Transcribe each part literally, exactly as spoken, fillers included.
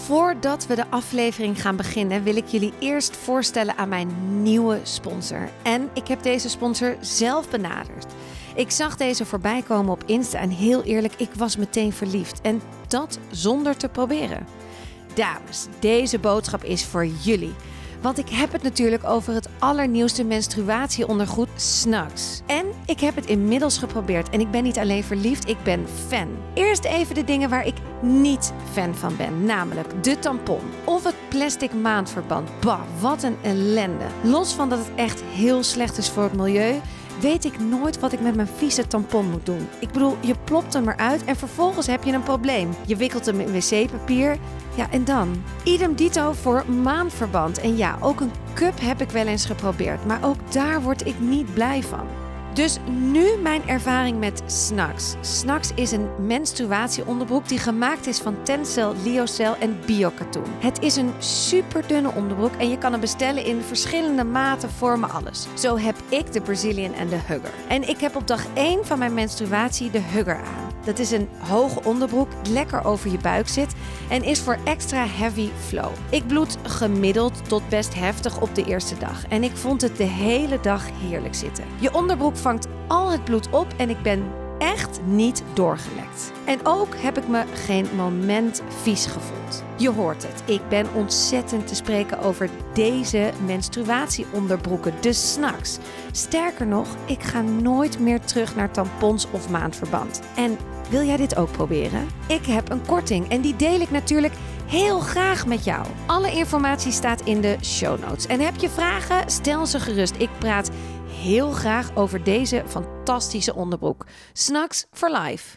Voordat we de aflevering gaan beginnen, wil ik jullie eerst voorstellen aan mijn nieuwe sponsor. En ik heb deze sponsor zelf benaderd. Ik zag deze voorbij komen op Insta en heel eerlijk, ik was meteen verliefd. En dat zonder te proberen. Dames, deze boodschap is voor jullie. Want ik heb het natuurlijk over het allernieuwste menstruatieondergoed Snugz. En ik heb het inmiddels geprobeerd en ik ben niet alleen verliefd, ik ben fan. Eerst even de dingen waar ik niet fan van ben, namelijk de tampon of het plastic maandverband. Bah, wat een ellende. Los van dat het echt heel slecht is voor het milieu, weet ik nooit wat ik met mijn vieze tampon moet doen. Ik bedoel, je plopt hem eruit en vervolgens heb je een probleem. Je wikkelt hem in wc-papier. Ja, en dan? Idem dito voor maandverband. En ja, ook een cup heb ik wel eens geprobeerd. Maar ook daar word ik niet blij van. Dus nu mijn ervaring met Snugz. Snugz is een menstruatieonderbroek die gemaakt is van Tencel, Lyocell en biokatoen. Het is een superdunne onderbroek en je kan hem bestellen in verschillende maten, vormen, alles. Zo heb ik de Brazilian en de Hugger. En ik heb op dag één van mijn menstruatie de Hugger aan. Dat is een hoge onderbroek die lekker over je buik zit en is voor extra heavy flow. Ik bloed gemiddeld tot best heftig op de eerste dag. En ik vond het de hele dag heerlijk zitten. Je onderbroek vangt al het bloed op en ik ben echt niet doorgelekt. En ook heb ik me geen moment vies gevoeld. Je hoort het, ik ben ontzettend te spreken over deze menstruatieonderbroeken, de Snugz. Sterker nog, ik ga nooit meer terug naar tampons of maandverband. En wil jij dit ook proberen? Ik heb een korting en die deel ik natuurlijk heel graag met jou. Alle informatie staat in de show notes. En heb je vragen? Stel ze gerust. Ik praat heel graag over deze fantastische onderbroek. Snugz for life.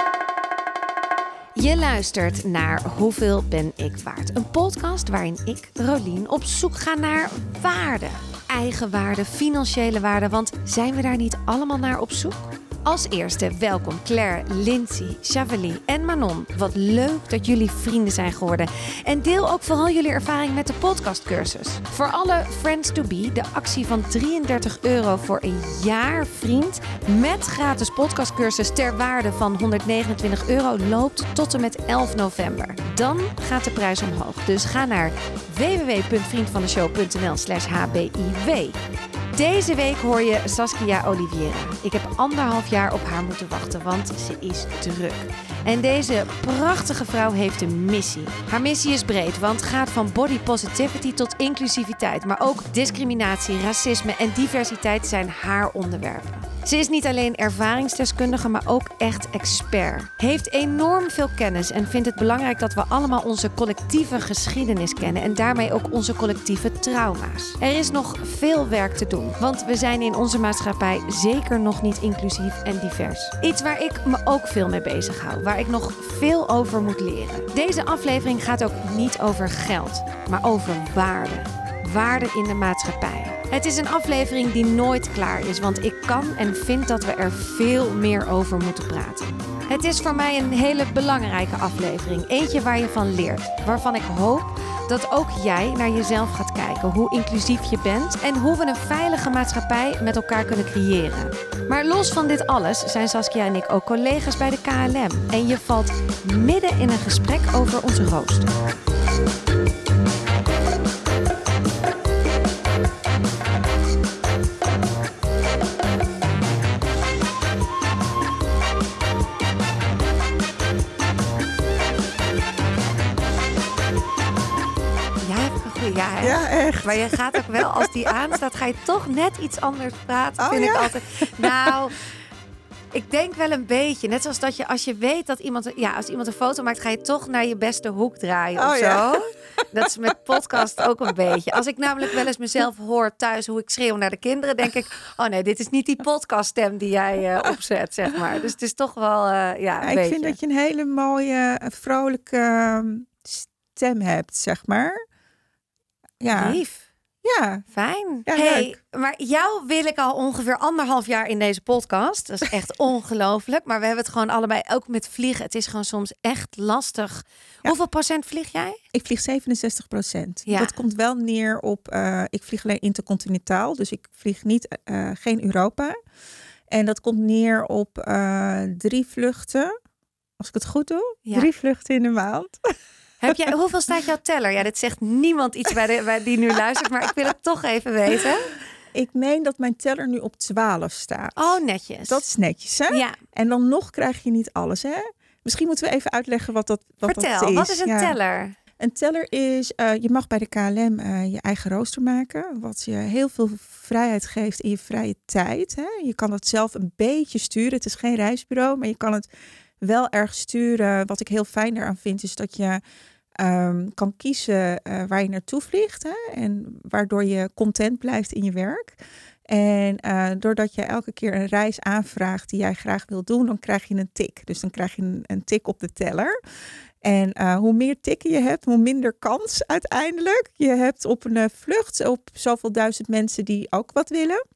Je luistert naar Hoeveel ben ik waard? Een podcast waarin ik, Rolien, op zoek ga naar waarde. Eigenwaarde, financiële waarde, want zijn we daar niet allemaal naar op zoek? Als eerste welkom Claire, Lindsay, Chavalie en Manon. Wat leuk dat jullie vrienden zijn geworden. En deel ook vooral jullie ervaring met de podcastcursus. Voor alle Friends to Be, de actie van drieëndertig euro voor een jaar vriend met gratis podcastcursus ter waarde van honderdnegenentwintig euro loopt tot en met elf november. Dan gaat de prijs omhoog. Dus ga naar w w w punt vriendvandeshow.nl slash hbiw. Deze week hoor je Saskia Oliveira. Ik heb anderhalf jaar op haar moeten wachten, want ze is druk. En deze prachtige vrouw heeft een missie. Haar missie is breed, want gaat van body positivity tot inclusiviteit. Maar ook discriminatie, racisme en diversiteit zijn haar onderwerpen. Ze is niet alleen ervaringsdeskundige, maar ook echt expert. Heeft enorm veel kennis en vindt het belangrijk dat we allemaal onze collectieve geschiedenis kennen en daarmee ook onze collectieve trauma's. Er is nog veel werk te doen, want we zijn in onze maatschappij zeker nog niet inclusief en divers. Iets waar ik me ook veel mee bezig hou, waar ik nog veel over moet leren. Deze aflevering gaat ook niet over geld, maar over waarde. Waarde in de maatschappij. Het is een aflevering die nooit klaar is, want ik kan en vind dat we er veel meer over moeten praten. Het is voor mij een hele belangrijke aflevering. Eentje waar je van leert. Waarvan ik hoop dat ook jij naar jezelf gaat kijken. Hoe inclusief je bent en hoe we een veilige maatschappij met elkaar kunnen creëren. Maar los van dit alles zijn Saskia en ik ook collega's bij de K L M. En je valt midden in een gesprek over onze rooster. Ja, hè? Ja, echt. Maar je gaat ook wel, als die aanstaat, ga je toch net iets anders praten, Oh, vind ja? ik altijd. Nou, ik denk wel een beetje. Net zoals dat je, als je weet dat iemand, ja, als iemand een foto maakt, ga je toch naar je beste hoek draaien Oh, of zo. ja. Dat is met podcast ook een beetje. Als ik namelijk wel eens mezelf hoor thuis hoe ik schreeuw naar de kinderen, denk ik, oh nee, dit is niet die podcaststem die jij uh, opzet, zeg maar. Dus het is toch wel, uh, ja, een Ja, ik beetje. vind dat je een hele mooie, vrolijke um, stem hebt, zeg maar. Ja. Lief. Ja. Fijn. Ja, hey, leuk. maar jou wil ik al ongeveer anderhalf jaar in deze podcast. Dat is echt ongelooflijk. Maar we hebben het gewoon allebei, ook met vliegen. Het is gewoon soms echt lastig. Ja. Hoeveel procent vlieg jij? Ik vlieg zevenenzestig procent. Ja. Dat komt wel neer op, uh, ik vlieg alleen intercontinentaal. Dus ik vlieg niet, uh, geen Europa. En dat komt neer op uh, drie vluchten. Als ik het goed doe. Ja. Drie vluchten in de maand. Heb jij, hoeveel staat jouw teller? Ja, dit zegt niemand iets bij, de, bij die nu luistert, maar ik wil het toch even weten. Ik meen dat mijn teller nu op twaalf staat. Oh, netjes. Dat is netjes, hè? Ja. En dan nog krijg je niet alles, hè? Misschien moeten we even uitleggen wat dat, wat Vertel, dat is. wat is een ja. teller? Een teller is, uh, je mag bij de K L M uh, je eigen rooster maken. Wat je heel veel vrijheid geeft in je vrije tijd. Hè? Je kan het zelf een beetje sturen. Het is geen reisbureau, maar je kan het wel erg sturen. Wat ik heel fijn eraan vind, is dat je um, kan kiezen uh, waar je naartoe vliegt. Hè? En waardoor je content blijft in je werk. En uh, doordat je elke keer een reis aanvraagt die jij graag wil doen, dan krijg je een tik. Dus dan krijg je een, een tik op de teller. En uh, hoe meer tikken je hebt, hoe minder kans uiteindelijk. Je hebt op een uh, vlucht op zoveel duizend mensen die ook wat willen.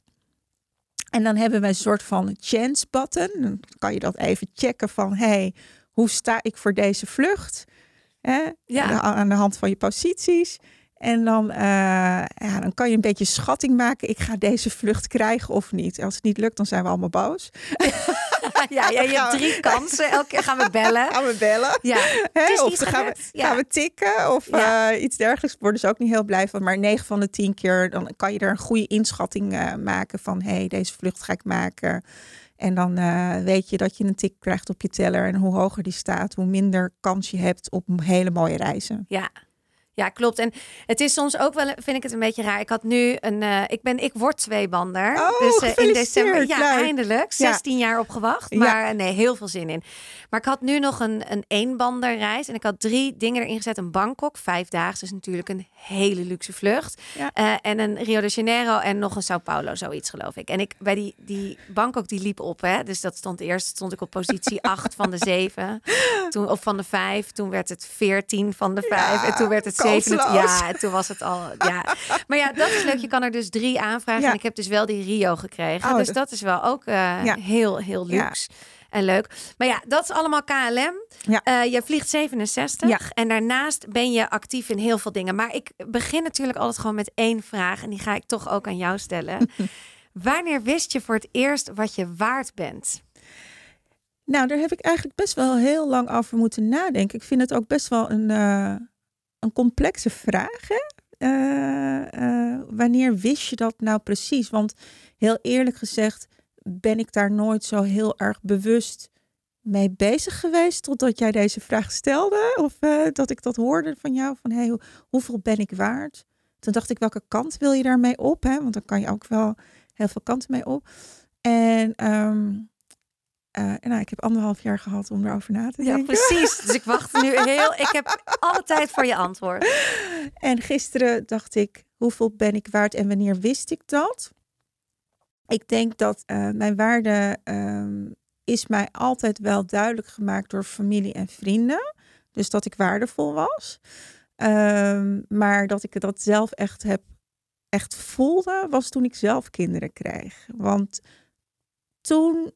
En dan hebben we een soort van chance button. Dan kan je dat even checken van, hey, hoe sta ik voor deze vlucht? Eh, ja. Aan de hand van je posities. En dan, uh, ja, dan kan je een beetje schatting maken. Ik ga deze vlucht krijgen of niet. Als het niet lukt, dan zijn we allemaal boos. Ja, ja, je hebt drie kansen. Elke keer gaan we bellen. Gaan we bellen. Ja. Hè? Of gaan we, ja. gaan we tikken. Of ja. uh, iets dergelijks. Worden ze ook niet heel blij van. Maar negen van de tien keer dan kan je er een goede inschatting uh, maken. Van, hé, hey, deze vlucht ga ik maken. En dan uh, weet je dat je een tik krijgt op je teller. En hoe hoger die staat, hoe minder kans je hebt op hele mooie reizen. Ja. Ja, klopt. En het is soms ook wel, vind ik het een beetje raar. Ik had nu een, uh, ik ben, ik word tweebander. Oh, dus uh, in december, ja, leuk. Eindelijk. zestien ja. jaar op gewacht. Maar ja. nee, heel veel zin in. Maar ik had nu nog een, een eenbanderreis. En ik had drie dingen erin gezet. Een Bangkok, vijf dagen. Dus natuurlijk een hele luxe vlucht. Ja. Uh, en een Rio de Janeiro en nog een Sao Paulo, zoiets geloof ik. En ik bij die, die Bangkok, die liep op. Hè? Dus dat stond eerst, stond ik op positie acht van de zeven. Toen, of van de vijf. Toen werd het veertien van de vijf. Ja, en toen werd het zeven. Ja, toen was het al. Ja. Maar ja, dat is leuk. Je kan er dus drie aanvragen. Ja. En ik heb dus wel die Rio gekregen. Oh, dus dat is wel ook uh, ja. heel, heel luxe. Ja. En leuk. Maar ja, dat is allemaal K L M. Ja. Uh, je vliegt zevenenzestig. Ja. En daarnaast ben je actief in heel veel dingen. Maar ik begin natuurlijk altijd gewoon met één vraag. En die ga ik toch ook aan jou stellen. Wanneer wist je voor het eerst wat je waard bent? Nou, daar heb ik eigenlijk best wel heel lang over moeten nadenken. Ik vind het ook best wel een... Uh... Een complexe vraag, hè? Uh, uh, wanneer wist je dat nou precies? Want heel eerlijk gezegd ben ik daar nooit zo heel erg bewust mee bezig geweest totdat jij deze vraag stelde. Of uh, dat ik dat hoorde van jou, van hey, hoe, hoeveel ben ik waard? Toen dacht ik, welke kant wil je daarmee op? Hè? Want dan kan je ook wel heel veel kanten mee op. En... Um, Uh, en nou, ik heb anderhalf jaar gehad om erover na te denken. Ja, precies. Dus ik wacht nu heel... Ik heb alle tijd voor je antwoord. En gisteren dacht ik, hoeveel ben ik waard en wanneer wist ik dat? Ik denk dat uh, mijn waarde um, is mij altijd wel duidelijk gemaakt door familie en vrienden. Dus dat ik waardevol was. Um, maar dat ik dat zelf echt heb echt voelde, was toen ik zelf kinderen kreeg. Want toen...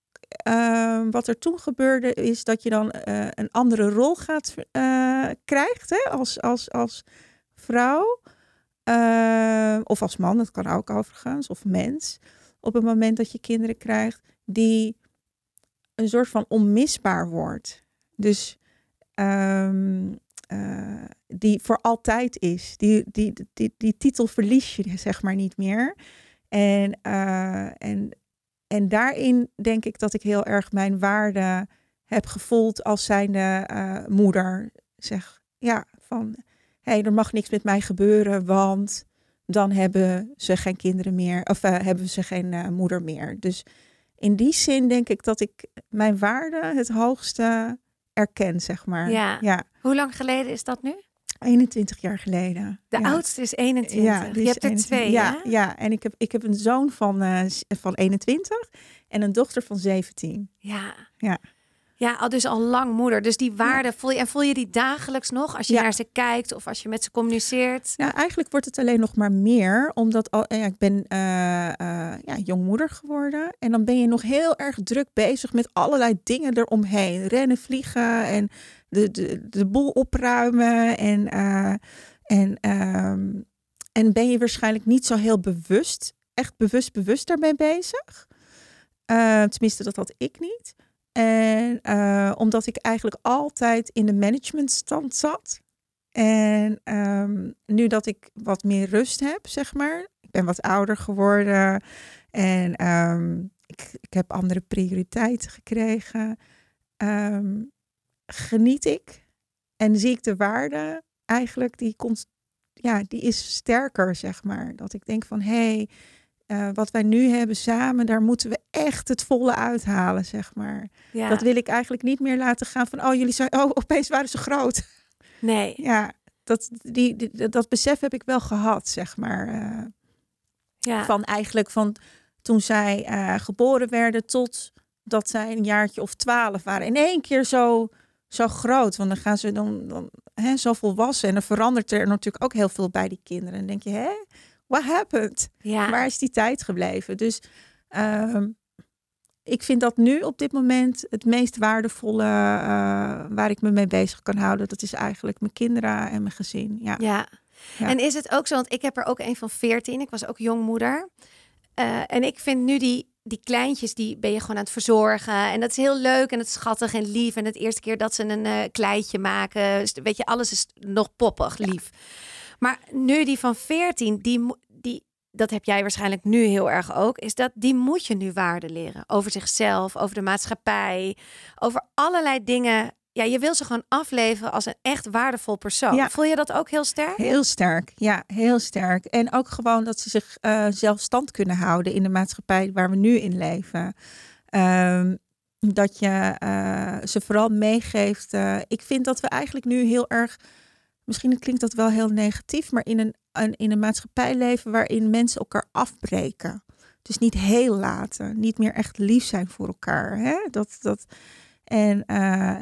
Uh, wat er toen gebeurde is dat je dan uh, een andere rol gaat uh, krijgt hè, als, als, als vrouw uh, of als man, dat kan ook overigens, of mens. Op het moment dat je kinderen krijgt die een soort van onmisbaar wordt. Dus um, uh, die voor altijd is. Die, die, die, die, die titel verlies je zeg maar niet meer. En, uh, en En daarin denk ik dat ik heel erg mijn waarde heb gevoeld als zijnde uh, moeder. Zeg, ja, van, hé, hey, er mag niks met mij gebeuren, want dan hebben ze geen kinderen meer. Of uh, hebben ze geen uh, moeder meer. Dus in die zin denk ik dat ik mijn waarde het hoogste erken, zeg maar. Ja. Ja. Hoe lang geleden is dat nu? eenentwintig jaar geleden. De ja. oudste is eenentwintig. Ja, je hebt er eenentwintig. twee, ja, hè? Ja, en ik heb, ik heb een zoon van, uh, van eenentwintig en een dochter van zeventien. Ja. Ja. Ja, dus al lang moeder. Dus die waarde, ja. voel je, en voel je die dagelijks nog als je ja. naar ze kijkt of als je met ze communiceert? Nou, eigenlijk wordt het alleen nog maar meer, omdat al, ja, ik ben uh, uh, ja, jongmoeder geworden. En dan ben je nog heel erg druk bezig met allerlei dingen eromheen. Rennen, vliegen en de, de, de boel opruimen. En, uh, en, um, en ben je waarschijnlijk niet zo heel bewust, echt bewust, bewust daarmee bezig. Uh, tenminste, dat had ik niet. En uh, omdat ik eigenlijk altijd in de managementstand zat. En um, nu dat ik wat meer rust heb, zeg maar. Ik ben wat ouder geworden. En um, ik, ik heb andere prioriteiten gekregen. Um, geniet ik. En zie ik de waarde eigenlijk, die, komt, ja, die is sterker, zeg maar. Dat ik denk van, hé, hey, uh, wat wij nu hebben samen, daar moeten we echt het volle uithalen, zeg maar. Ja. Dat wil ik eigenlijk niet meer laten gaan van, oh, jullie zijn, oh, opeens waren ze groot. Nee. Ja, dat, die, die, dat besef heb ik wel gehad, zeg maar. Uh, ja. Van eigenlijk van toen zij uh, geboren werden tot dat zij een jaartje of twaalf waren. In één keer zo, zo groot. Want dan gaan ze dan, dan hè, zo volwassen. En dan verandert er natuurlijk ook heel veel bij die kinderen. En dan denk je, hè, what happened? Ja. Waar is die tijd gebleven? Dus uh, ik vind dat nu op dit moment het meest waardevolle uh, waar ik me mee bezig kan houden. Dat is eigenlijk mijn kinderen en mijn gezin. Ja. Ja. Ja. En is het ook zo, want ik heb er ook een van veertien. Ik was ook jongmoeder. Uh, en ik vind nu die, die kleintjes, die ben je gewoon aan het verzorgen. En dat is heel leuk en het is schattig en lief. En het eerste keer dat ze een uh, kleidje maken. Dus, weet je, alles is nog poppig, lief. Ja. Maar nu die van veertien, die, die, dat heb jij waarschijnlijk nu heel erg ook. Is dat die moet je nu waarde leren. Over zichzelf, over de maatschappij. Over allerlei dingen. Ja, je wil ze gewoon afleveren als een echt waardevol persoon. Ja. Voel je dat ook heel sterk? Heel sterk, ja, heel sterk. En ook gewoon dat ze zich uh, zelfstand kunnen houden in de maatschappij waar we nu in leven. Um, dat je uh, ze vooral meegeeft. Uh, ik vind dat we eigenlijk nu heel erg, misschien klinkt dat wel heel negatief, maar in een, een, in een maatschappij leven waarin mensen elkaar afbreken. Dus niet heel laten, niet meer echt lief zijn voor elkaar. Hè? Dat, dat, en uh,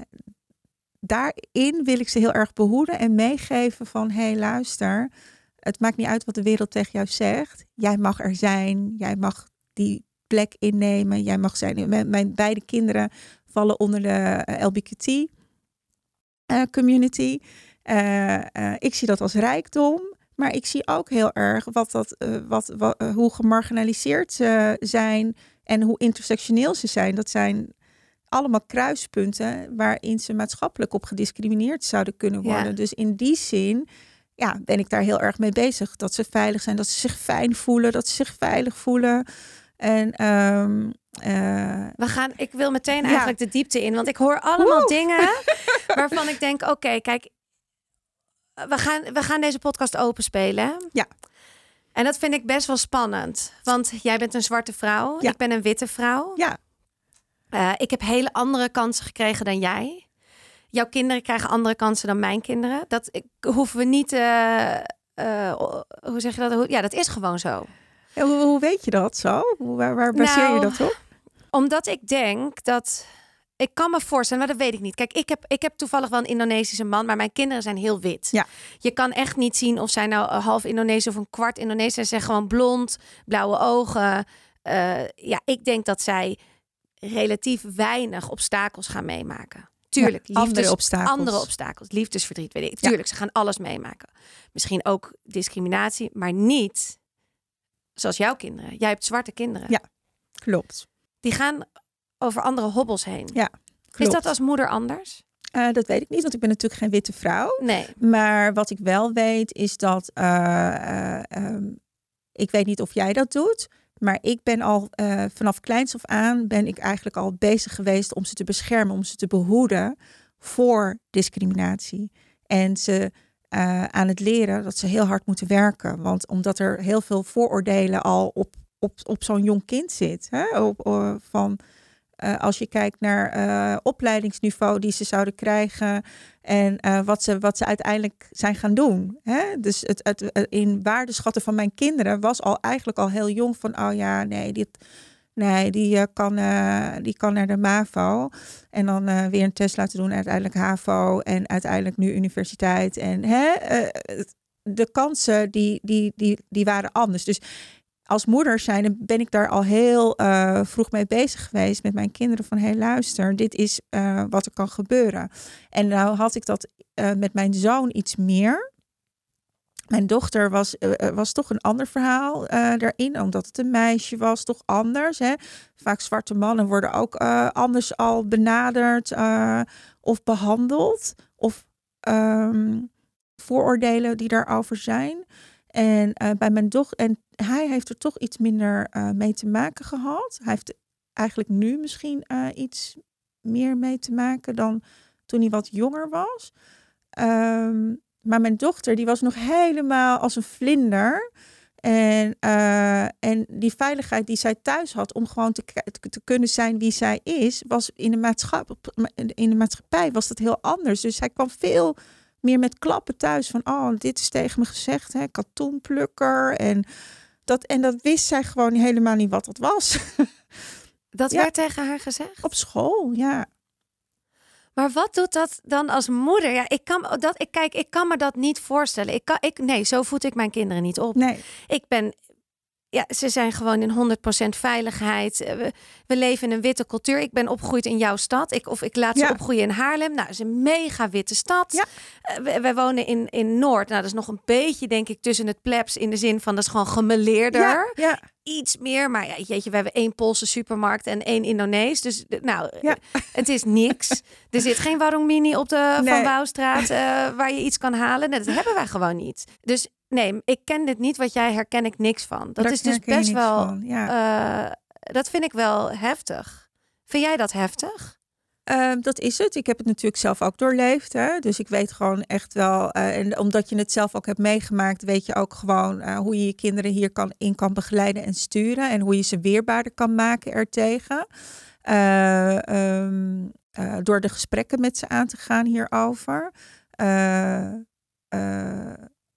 daarin wil ik ze heel erg behoeden en meegeven van, hé, hey, luister, het maakt niet uit wat de wereld tegen jou zegt. Jij mag er zijn, jij mag die plek innemen, jij mag zijn. Mijn, mijn beide kinderen vallen onder de L G B T uh, community. Uh, uh, ik zie dat als rijkdom, maar ik zie ook heel erg wat dat, uh, wat, wat, uh, hoe gemarginaliseerd ze zijn en hoe intersectioneel ze zijn. Dat zijn allemaal kruispunten waarin ze maatschappelijk op gediscrimineerd zouden kunnen worden. Ja. Dus in die zin, ja, ben ik daar heel erg mee bezig. Dat ze veilig zijn, dat ze zich fijn voelen, dat ze zich veilig voelen. En um, uh, we gaan, ik wil meteen ja. eigenlijk de diepte in, want ik hoor allemaal Woe! dingen waarvan ik denk, oké, okay, kijk, we gaan, we gaan deze podcast openspelen. Ja. En dat vind ik best wel spannend, want jij bent een zwarte vrouw, ja. ik ben een witte vrouw. Ja. Uh, ik heb hele andere kansen gekregen dan jij. Jouw kinderen krijgen andere kansen dan mijn kinderen. Dat ik, hoeven we niet, uh, uh, hoe zeg je dat? Ja, dat is gewoon zo. Ja, hoe, hoe weet je dat zo? Waar, waar baseer nou, je dat op? Omdat ik denk dat, ik kan me voorstellen, maar dat weet ik niet. Kijk, ik heb, ik heb toevallig wel een Indonesische man, maar mijn kinderen zijn heel wit. Ja. Je kan echt niet zien of zij nou half Indonesisch of een kwart Indonesisch zijn. Ze zijn gewoon blond, blauwe ogen. Uh, ja, ik denk dat zij relatief weinig obstakels gaan meemaken. Tuurlijk, ja, liefdes, andere obstakels. Andere obstakels, liefdesverdriet, weet ik. Tuurlijk, ja. Ze gaan alles meemaken. Misschien ook discriminatie, maar niet zoals jouw kinderen. Jij hebt zwarte kinderen. Ja, klopt. Die gaan over andere hobbels heen. Ja, klopt. Is dat als moeder anders? Uh, dat weet ik niet, want ik ben natuurlijk geen witte vrouw. Nee. Maar wat ik wel weet is dat, uh, uh, um, ik weet niet of jij dat doet, maar ik ben al uh, vanaf kleins af aan ben ik eigenlijk al bezig geweest om ze te beschermen, om ze te behoeden voor discriminatie. En ze uh, aan het leren dat ze heel hard moeten werken. Want omdat er heel veel vooroordelen al op, op, op zo'n jong kind zit. Hè? Op, uh, van, uh, als je kijkt naar uh, opleidingsniveau die ze zouden krijgen en uh, wat, ze, wat ze uiteindelijk zijn gaan doen. Hè? Dus het, het, het in waardeschatten van mijn kinderen was al eigenlijk al heel jong van, oh ja, nee, dit, nee die, uh, kan, uh, die kan naar de MAVO. En dan uh, weer een test laten doen, uiteindelijk HAVO en uiteindelijk nu universiteit. En hè, uh, de kansen die, die, die, die waren anders. Dus als moeder zijn ben ik daar al heel uh, vroeg mee bezig geweest met mijn kinderen. Van, hé, hey, luister, dit is uh, wat er kan gebeuren. En nou had ik dat uh, met mijn zoon iets meer. Mijn dochter was, uh, was toch een ander verhaal uh, daarin, omdat het een meisje was, toch anders. Hè? Vaak zwarte mannen worden ook uh, anders al benaderd uh, of behandeld. Of um, vooroordelen die daarover zijn. En uh, bij mijn dochter, en hij heeft er toch iets minder uh, mee te maken gehad. Hij heeft eigenlijk nu misschien uh, iets meer mee te maken dan toen hij wat jonger was. Um, Maar mijn dochter, die was nog helemaal als een vlinder. En, uh, en die veiligheid die zij thuis had om gewoon te, te kunnen zijn wie zij is, was in de, maatschappij, in de maatschappij was dat heel anders. Dus zij kwam veel meer met klappen thuis van, oh, dit is tegen me gezegd, hè, katoenplukker. En dat, en dat wist zij gewoon helemaal niet wat dat was. Dat ja. werd tegen haar gezegd? Op school, ja. Maar wat doet dat dan als moeder? Ja, ik kan dat. Ik kijk, ik kan me dat niet voorstellen. Ik kan, ik, nee, zo voed ik mijn kinderen niet op. Nee. Ik ben, ja, ze zijn gewoon in honderd procent veiligheid. We, we leven in een witte cultuur. Ik ben opgegroeid in jouw stad. Ik, of ik laat ze ja. opgroeien in Haarlem. Nou, het is een mega witte stad. Ja. Uh, we, we wonen in, in Noord. Nou, dat is nog een beetje, denk ik, tussen het plebs in de zin van dat is gewoon gemeleerder. Ja, ja. Iets meer, maar ja, jeetje, we hebben één Poolse supermarkt en één Indonees. Dus nou, ja. het is niks. Er zit geen Warung Mini op de nee. Van Wouwstraat uh, waar je iets kan halen. Nee, dat hebben wij gewoon niet. Dus nee, ik ken dit niet. Wat jij herken ik niks van. Dat Daar is dus best wel. Ja. Uh, dat vind ik wel heftig. Vind jij dat heftig? Uh, dat is het. Ik heb het natuurlijk zelf ook doorleefd. Hè? Dus ik weet gewoon echt wel. Uh, en omdat je het zelf ook hebt meegemaakt, weet je ook gewoon uh, hoe je je kinderen hier kan, in kan begeleiden en sturen. En hoe je ze weerbaarder kan maken ertegen. Uh, um, uh, door de gesprekken met ze aan te gaan hierover. Uh, uh,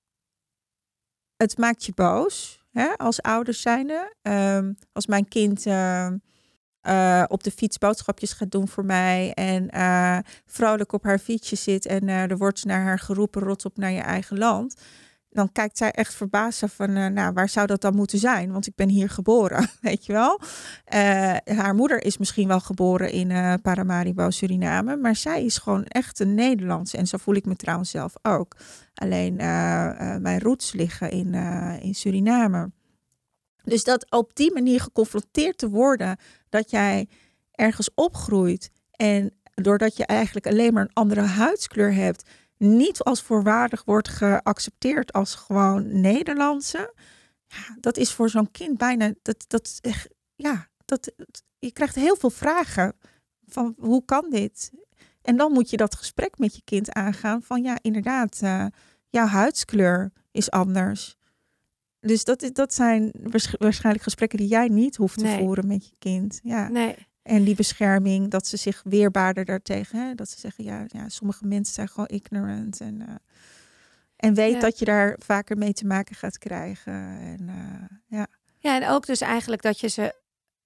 het maakt je boos, hè? Als ouders zijnde. Um, als mijn kind Uh, Uh, op de fiets boodschapjes gaat doen voor mij. En uh, vrolijk op haar fietsje zit. En uh, er wordt naar haar geroepen, rot op naar je eigen land. Dan kijkt zij echt verbaasd van, uh, nou, waar zou dat dan moeten zijn? Want ik ben hier geboren, weet je wel. Uh, haar moeder is misschien wel geboren in uh, Paramaribo, Suriname. Maar zij is gewoon echt een Nederlandse. En zo voel ik me trouwens zelf ook. Alleen uh, uh, mijn roots liggen in, uh, in Suriname. Dus dat op die manier geconfronteerd te worden dat jij ergens opgroeit en doordat je eigenlijk alleen maar een andere huidskleur hebt, niet als voorwaardig wordt geaccepteerd als gewoon Nederlandse. Ja, dat is voor zo'n kind bijna, dat, dat, ja, dat, je krijgt heel veel vragen van hoe kan dit? En dan moet je dat gesprek met je kind aangaan van ja, inderdaad, uh, jouw huidskleur is anders. Dus dat, dat zijn waarschijnlijk gesprekken die jij niet hoeft te nee. voeren met je kind. Ja. Nee. En die bescherming, dat ze zich weerbaarder daartegen. Hè? Dat ze zeggen, ja, ja, sommige mensen zijn gewoon ignorant. En, uh, en weet ja. dat je daar vaker mee te maken gaat krijgen. En, uh, ja. ja, en ook dus eigenlijk dat je ze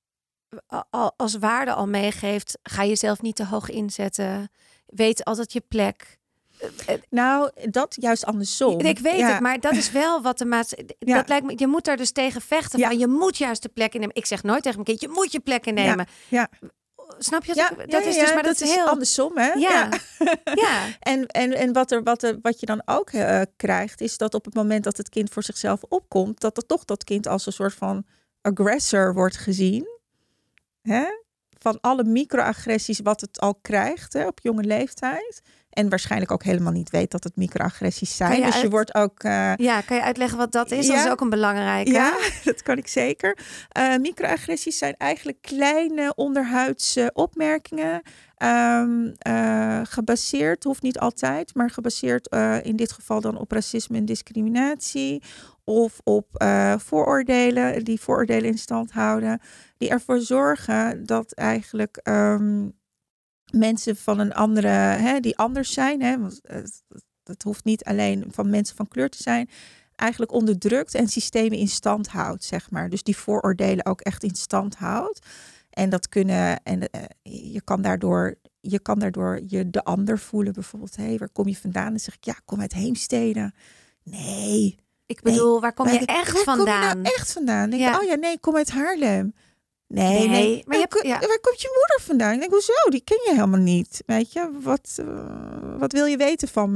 al, als waarde al meegeeft. Ga jezelf niet te hoog inzetten. Weet altijd je plek. Nou, dat juist andersom. Ik weet ja. het, maar dat is wel wat de maatschappij... Ja. Dat lijkt me, je moet daar dus tegen vechten. Ja. Van, je moet juist de plek innemen. Ik zeg nooit tegen mijn kind, je moet je plek innemen. Ja. Ja. Snap je? Ja, dat ja, is ja, dus, maar dat, dat is heel andersom, hè? Ja. ja. ja. En, en, en wat, er, wat, er, wat je dan ook uh, krijgt, is dat op het moment dat het kind voor zichzelf opkomt, dat er toch dat kind als een soort van agressor wordt gezien. Hè? Van alle microagressies wat het al krijgt, hè, op jonge leeftijd. En waarschijnlijk ook helemaal niet weet dat het microagressies zijn. Je dus uit... je wordt ook... Uh... Ja, kan je uitleggen wat dat is? Ja. Dat is ook een belangrijke. Ja, dat kan ik zeker. Uh, microagressies zijn eigenlijk kleine onderhuidse opmerkingen. Um, uh, gebaseerd, hoeft niet altijd, maar gebaseerd uh, in dit geval dan op racisme en discriminatie. Of op uh, vooroordelen, die vooroordelen in stand houden. Die ervoor zorgen dat eigenlijk... Um, mensen van een andere, hè, die anders zijn, hè, want het, het hoeft niet alleen van mensen van kleur te zijn, eigenlijk onderdrukt en systemen in stand houdt, zeg maar. Dus die vooroordelen ook echt in stand houdt. En dat kunnen, en uh, je kan daardoor, je kan daardoor je de ander voelen, bijvoorbeeld. Hé, hey, waar kom je vandaan? Dan zeg ik, ja, ik kom uit Heemstede. Nee. Ik bedoel, nee, waar kom je waar, echt waar vandaan? Waar kom je nou echt vandaan? Dan ja. denk ik, oh ja, nee, ik kom uit Haarlem. Nee, nee, nee. Maar je hebt, ja. Waar komt je moeder vandaan? Ik denk, hoezo? Die ken je helemaal niet. Weet je, wat, uh, wat wil je weten van me?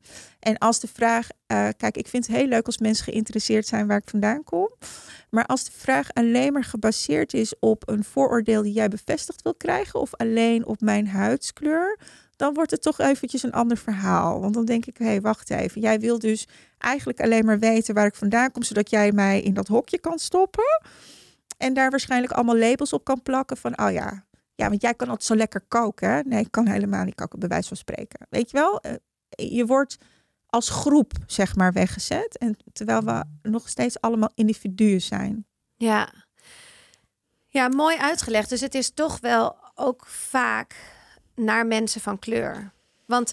En als de vraag, uh, kijk, ik vind het heel leuk als mensen geïnteresseerd zijn waar ik vandaan kom. Maar als de vraag alleen maar gebaseerd is op een vooroordeel die jij bevestigd wil krijgen, of alleen op mijn huidskleur, dan wordt het toch eventjes een ander verhaal. Want dan denk ik, hé, hey, wacht even. Jij wil dus eigenlijk alleen maar weten waar ik vandaan kom, zodat jij mij in dat hokje kan stoppen. En daar waarschijnlijk allemaal labels op kan plakken van, oh ja, ja, want jij kan altijd zo lekker koken. Hè? Nee, ik kan helemaal niet koken, bij wijze van spreken. Weet je wel, je wordt als groep, zeg maar, weggezet. En terwijl we nog steeds allemaal individuen zijn. Ja. Ja, mooi uitgelegd. Dus het is toch wel ook vaak naar mensen van kleur. Want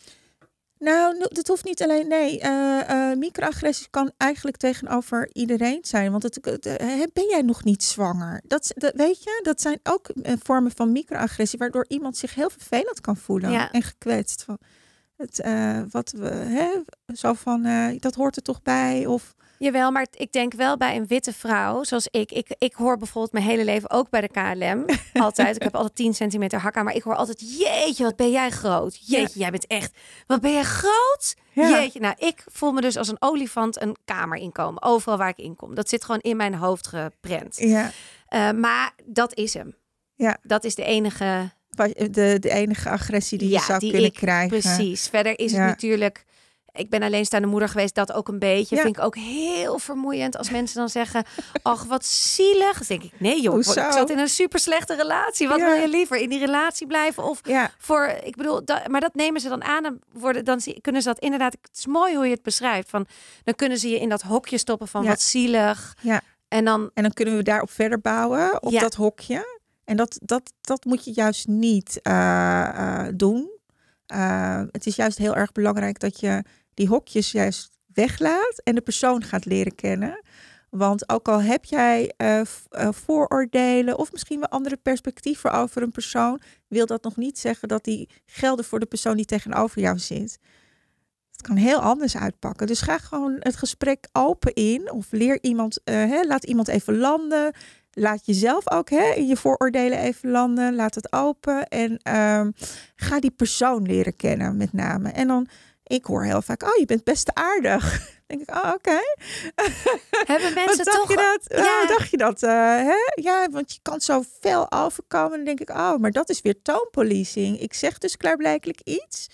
nou, dat hoeft niet alleen. Nee, uh, uh, microagressie kan eigenlijk tegenover iedereen zijn. Want het, uh, ben jij nog niet zwanger? Dat, dat weet je, dat zijn ook uh, vormen van microagressie, waardoor iemand zich heel vervelend kan voelen ja. en gekwetst. Van het, uh, wat we, hè, zo van, uh, dat hoort er toch bij? Of jawel, maar ik denk wel bij een witte vrouw, zoals ik. Ik, ik hoor bijvoorbeeld mijn hele leven ook bij de K L M. Altijd. Ik heb altijd tien centimeter hak aan. Maar ik hoor altijd, jeetje, wat ben jij groot. Jeetje, ja. jij bent echt, wat ben jij groot. Ja. Jeetje, nou, ik voel me dus als een olifant een kamer inkomen. Overal waar ik inkom. Dat zit gewoon in mijn hoofd geprent. Ja. Uh, maar dat is hem. Ja. Dat is de enige De, de enige agressie die ja, je zou die kunnen ik, krijgen. Precies. Verder is ja. het natuurlijk, ik ben alleenstaande moeder geweest, dat ook een beetje. Ja. Vind ik ook heel vermoeiend als mensen dan zeggen, ach, wat zielig. Dan denk ik, nee joh, Hoezo? ik zat in een super slechte relatie. Wat ja. wil je liever? In die relatie blijven? Of ja. voor, ik bedoel, dat, maar dat nemen ze dan aan en worden, dan kunnen ze dat inderdaad, het is mooi hoe je het beschrijft. Van, dan kunnen ze je in dat hokje stoppen van ja. wat zielig. Ja. En dan, en dan kunnen we daarop verder bouwen, op ja. dat hokje. En dat, dat, dat moet je juist niet uh, uh, doen. Uh, het is juist heel erg belangrijk dat je die hokjes juist weglaat en de persoon gaat leren kennen. Want ook al heb jij uh, uh, vooroordelen of misschien wel andere perspectieven over een persoon, wil dat nog niet zeggen dat die gelden voor de persoon die tegenover jou zit. Het kan heel anders uitpakken. Dus ga gewoon het gesprek open in of leer iemand, uh, hè, laat iemand even landen. Laat jezelf ook hè, in je vooroordelen even landen. Laat het open. En um, ga die persoon leren kennen met name. En dan, ik hoor heel vaak, oh, je bent best aardig. Dan denk ik, oh, oké. Okay. Hebben mensen dacht toch... Je dat? Ja. Oh, dacht je dat? Uh, hè? Ja, want je kan zo fel overkomen. Dan denk ik, oh, maar dat is weer toonpolicing. Ik zeg dus klaarblijkelijk iets.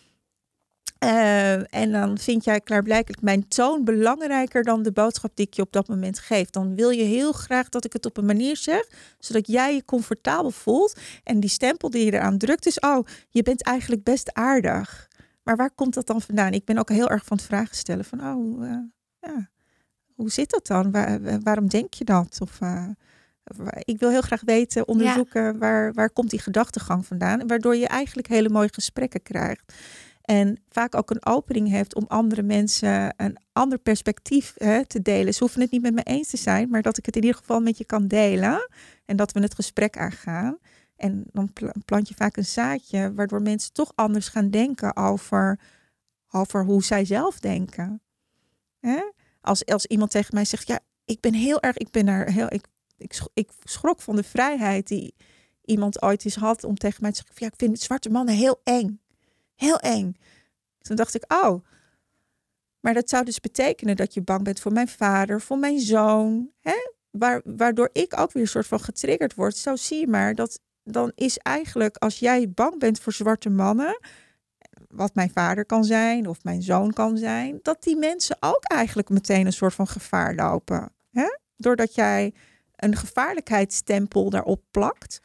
Uh, en dan vind jij klaarblijkelijk mijn toon belangrijker dan de boodschap die ik je op dat moment geef. Dan wil je heel graag dat ik het op een manier zeg, zodat jij je comfortabel voelt. En die stempel die je eraan drukt is, oh, je bent eigenlijk best aardig. Maar waar komt dat dan vandaan? Ik ben ook heel erg van het vragen stellen van, oh, uh, ja, hoe zit dat dan? Waar, waarom denk je dat? Of uh, ik wil heel graag weten, onderzoeken, ja. waar, waar komt die gedachtegang vandaan? Waardoor je eigenlijk hele mooie gesprekken krijgt. En vaak ook een opening heeft om andere mensen een ander perspectief hè, te delen. Ze hoeven het niet met me eens te zijn, maar dat ik het in ieder geval met je kan delen. En dat we het gesprek aangaan. En dan plant je vaak een zaadje, waardoor mensen toch anders gaan denken over, over hoe zij zelf denken. Hè? Als, als iemand tegen mij zegt, ja, ik ben heel erg, ik ben er heel, ik, ik, ik schrok van de vrijheid die iemand ooit eens had om tegen mij te zeggen, ja, ik vind zwarte mannen heel eng. Heel eng. Toen dacht ik, oh, maar dat zou dus betekenen dat je bang bent voor mijn vader, voor mijn zoon. Hè? Waar, waardoor ik ook weer een soort van getriggerd word. Zo zie je maar, dat dan is eigenlijk als jij bang bent voor zwarte mannen, wat mijn vader kan zijn of mijn zoon kan zijn, dat die mensen ook eigenlijk meteen een soort van gevaar lopen. Hè? Doordat jij een gevaarlijkheidsstempel daarop plakt.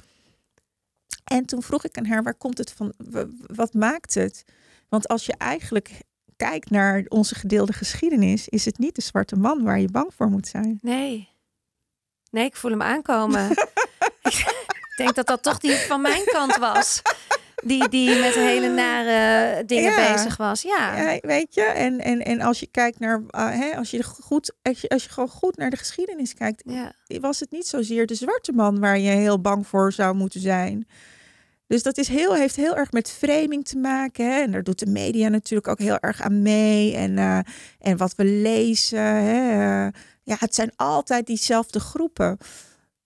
En toen vroeg ik aan haar, waar komt het van? Wat maakt het? Want als je eigenlijk kijkt naar onze gedeelde geschiedenis, is het niet de zwarte man waar je bang voor moet zijn. Nee. Nee, ik voel hem aankomen. Ik denk dat dat toch die van mijn kant was. Die, die met hele nare dingen ja. bezig was. Ja. ja, weet je. En, en, en als je kijkt naar, uh, hè, als je goed, als je, als je gewoon goed naar de geschiedenis kijkt, ja. was het niet zozeer de zwarte man waar je heel bang voor zou moeten zijn. Dus dat is heel, heeft heel erg met framing te maken. Hè? En daar doet de media natuurlijk ook heel erg aan mee. En, uh, en wat we lezen. Hè? Uh, ja, het zijn altijd diezelfde groepen.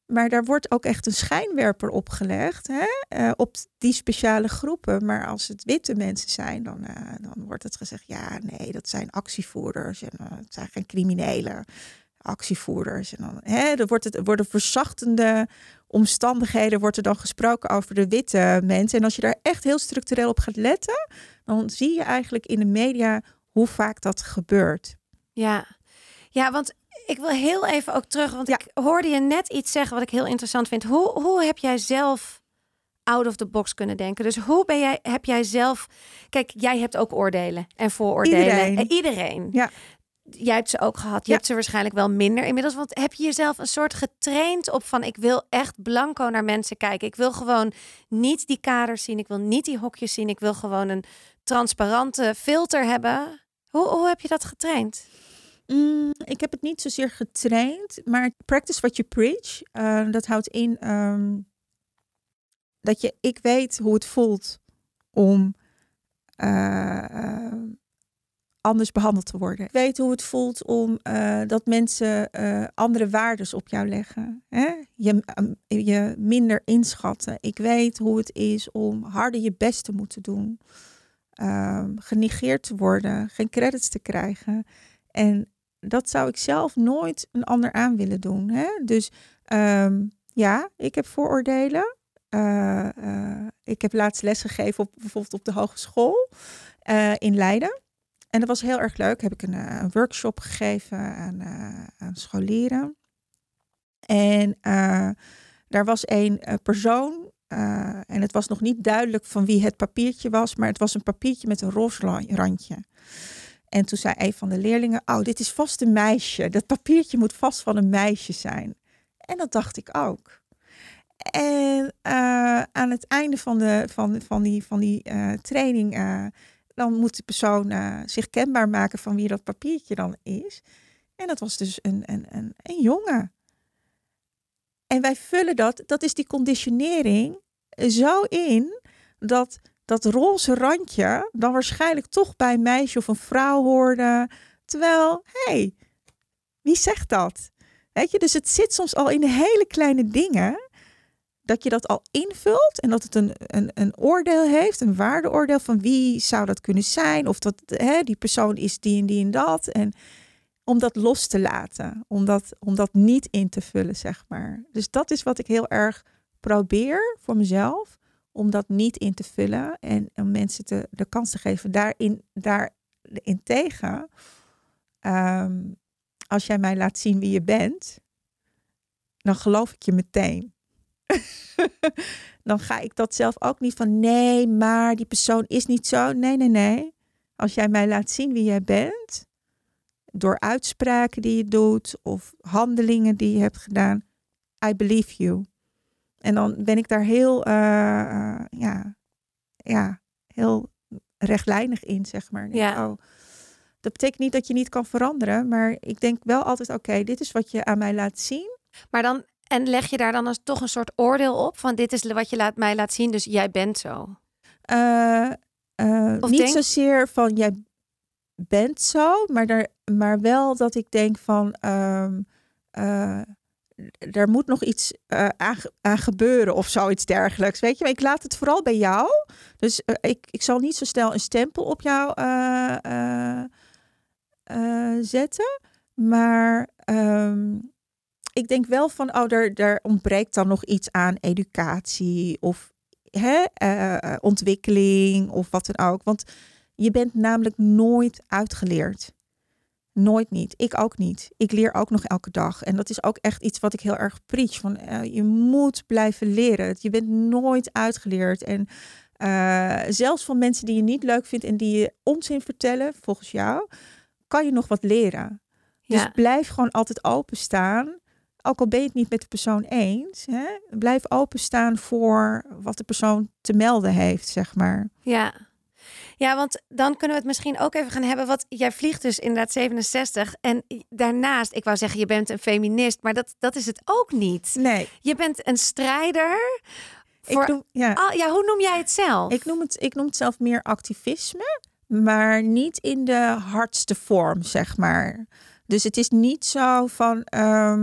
Maar daar wordt ook echt een schijnwerper op gelegd. Hè? Uh, op die speciale groepen. Maar als het witte mensen zijn, dan, uh, dan wordt het gezegd... ja, nee, dat zijn actievoerders. En, uh, het zijn geen criminele actievoerders. En dan, hè, er wordt het, worden verzachtende omstandigheden... wordt er dan gesproken over de witte mensen. En als je daar echt heel structureel op gaat letten... dan zie je eigenlijk in de media hoe vaak dat gebeurt. Ja, ja, want... Ik wil heel even ook terug, want ja. ik hoorde je net iets zeggen wat ik heel interessant vind. Hoe, hoe heb jij zelf out of the box kunnen denken? Dus hoe ben jij, heb jij zelf... Kijk, jij hebt ook oordelen en vooroordelen. Iedereen. En iedereen. Ja. Jij hebt ze ook gehad. Je ja. hebt ze waarschijnlijk wel minder inmiddels. Want heb je jezelf een soort getraind op van... ik wil echt blanco naar mensen kijken. Ik wil gewoon niet die kaders zien. Ik wil niet die hokjes zien. Ik wil gewoon een transparante filter hebben. Hoe, hoe heb je dat getraind? Mm, ik heb het niet zozeer getraind, maar practice what you preach. Uh, dat houdt in um, dat je, ik weet hoe het voelt om uh, uh, anders behandeld te worden. Ik weet hoe het voelt om uh, dat mensen uh, andere waardes op jou leggen. Hè? Je, um, je minder inschatten. Ik weet hoe het is om harder je best te moeten doen. Um, genegeerd te worden, geen credits te krijgen. En dat zou ik zelf nooit een ander aan willen doen. Hè? Dus um, ja, ik heb vooroordelen. Uh, uh, ik heb laatst les gegeven op bijvoorbeeld op de hogeschool uh, in Leiden. En dat was heel erg leuk. Heb ik een, uh, een workshop gegeven aan, uh, aan scholieren. En uh, daar was een uh, persoon. Uh, en het was nog niet duidelijk van wie het papiertje was. Maar het was een papiertje met een roze randje. En toen zei een van de leerlingen, oh, dit is vast een meisje. Dat papiertje moet vast van een meisje zijn. En dat dacht ik ook. En uh, aan het einde van, de, van, van die, van die uh, training... Uh, dan moet de persoon uh, zich kenbaar maken van wie dat papiertje dan is. En dat was dus een, een, een, een jongen. En wij vullen dat, dat is die conditionering, zo in dat... dat roze randje dan waarschijnlijk toch bij een meisje of een vrouw hoorde. Terwijl, hé, hey, wie zegt dat? Weet je, dus het zit soms al in de hele kleine dingen... dat je dat al invult en dat het een, een, een oordeel heeft, een waardeoordeel van wie zou dat kunnen zijn. Of dat hè, die persoon is die en die en dat. En om dat los te laten, om dat, om dat niet in te vullen, zeg maar. Dus dat is wat ik heel erg probeer voor mezelf... om dat niet in te vullen en om mensen te, de kans te geven daarin, daarin tegen. Um, als jij mij laat zien wie je bent, dan geloof ik je meteen. Dan ga ik dat zelf ook niet van, nee, maar die persoon is niet zo. Nee, nee, nee. Als jij mij laat zien wie jij bent, door uitspraken die je doet of handelingen die je hebt gedaan, I believe you. En dan ben ik daar heel, uh, uh, ja, ja, heel rechtlijnig in, zeg maar. Ja. Oh, dat betekent niet dat je niet kan veranderen, maar ik denk wel altijd, oké, okay, dit is wat je aan mij laat zien. Maar dan, en leg je daar dan als, toch een soort oordeel op van dit is wat je laat, mij laat zien, dus jij bent zo? Uh, uh, niet denk... zozeer van jij bent zo, maar, daar, maar wel dat ik denk van... Um, uh, er moet nog iets uh, aan, aan gebeuren of zoiets dergelijks. Weet je, maar ik laat het vooral bij jou. Dus uh, ik, ik zal niet zo snel een stempel op jou uh, uh, uh, zetten. Maar um, ik denk wel van, oh, er, er ontbreekt dan nog iets aan educatie of hè, uh, ontwikkeling of wat dan ook. Want je bent namelijk nooit uitgeleerd. Nooit niet. Ik ook niet. Ik leer ook nog elke dag. En dat is ook echt iets wat ik heel erg preach. Van, uh, je moet blijven leren. Je bent nooit uitgeleerd. En uh, zelfs van mensen die je niet leuk vindt en die je onzin vertellen, volgens jou, kan je nog wat leren. Dus ja. Blijf gewoon altijd openstaan. Ook al ben je het niet met de persoon eens. Hè? Blijf openstaan voor wat de persoon te melden heeft, zeg maar. Ja. Ja, want dan kunnen we het misschien ook even gaan hebben. Wat jij vliegt dus inderdaad zevenenzestig. En daarnaast, ik wou zeggen, je bent een feminist. Maar dat, dat is het ook niet. Nee. Je bent een strijder. Voor, ik noem, ja. Ah, ja, hoe noem jij het zelf? Ik noem het, ik noem het zelf meer activisme. Maar niet in de hardste vorm, zeg maar. Dus het is niet zo van... Um,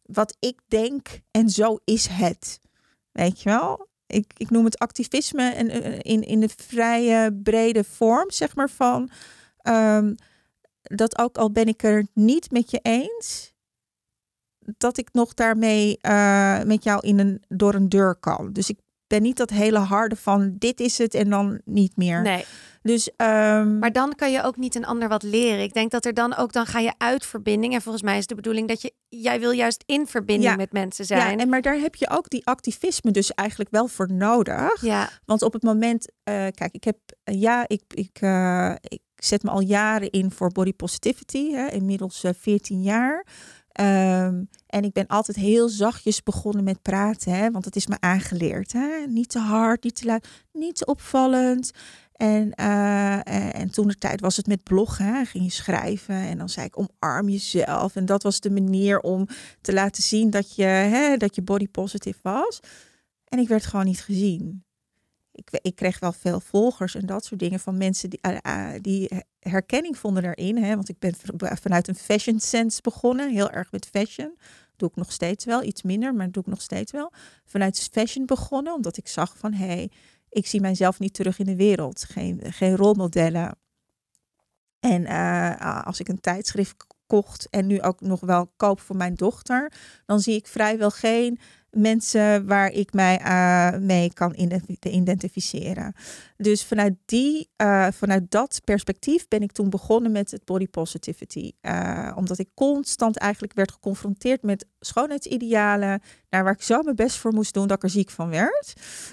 wat ik denk en zo is het. Weet je wel? Ik, ik noem het activisme en, in, in de vrije, brede vorm, zeg maar van... Um, dat ook al ben ik er niet met je eens... dat ik nog daarmee uh, met jou in een, door een deur kan. Dus ik ben niet dat hele harde van dit is het en dan niet meer. Nee. Dus, um... Maar dan kan je ook niet een ander wat leren. Ik denk dat er dan ook, dan ga je uit verbinding. En volgens mij is de bedoeling dat je, jij wil juist in verbinding ja. met mensen zijn. Ja, en maar daar heb je ook die activisme dus eigenlijk wel voor nodig. Ja. Want op het moment, uh, kijk, ik heb, uh, ja, ik, ik, uh, ik zet me al jaren in voor body positivity. Hè, inmiddels uh, veertien jaar. Um, en ik ben altijd heel zachtjes begonnen met praten, hè, want het is me aangeleerd. Hè? Niet te hard, niet te luid, niet te opvallend. En, uh, en, en toen de tijd was het met bloggen, hè? Ging je schrijven en dan zei ik omarm jezelf. En dat was de manier om te laten zien dat je, hè, dat je body positive was. En ik werd gewoon niet gezien. Ik, ik kreeg wel veel volgers en dat soort dingen van mensen die, uh, uh, die herkenning vonden daarin. Hè? Want ik ben vanuit een fashion sense begonnen. Heel erg met fashion. Doe ik nog steeds wel. Iets minder, maar doe ik nog steeds wel. Vanuit fashion begonnen. Omdat ik zag van, hé, hey, ik zie mijzelf niet terug in de wereld. Geen, geen rolmodellen. En uh, als ik een tijdschrift kocht en nu ook nog wel koop voor mijn dochter, dan zie ik vrijwel geen mensen waar ik mij uh, mee kan identificeren. Dus vanuit, die, uh, vanuit dat perspectief ben ik toen begonnen met het body positivity. Uh, omdat ik constant eigenlijk werd geconfronteerd met schoonheidsidealen, naar waar ik zo mijn best voor moest doen dat ik er ziek van werd.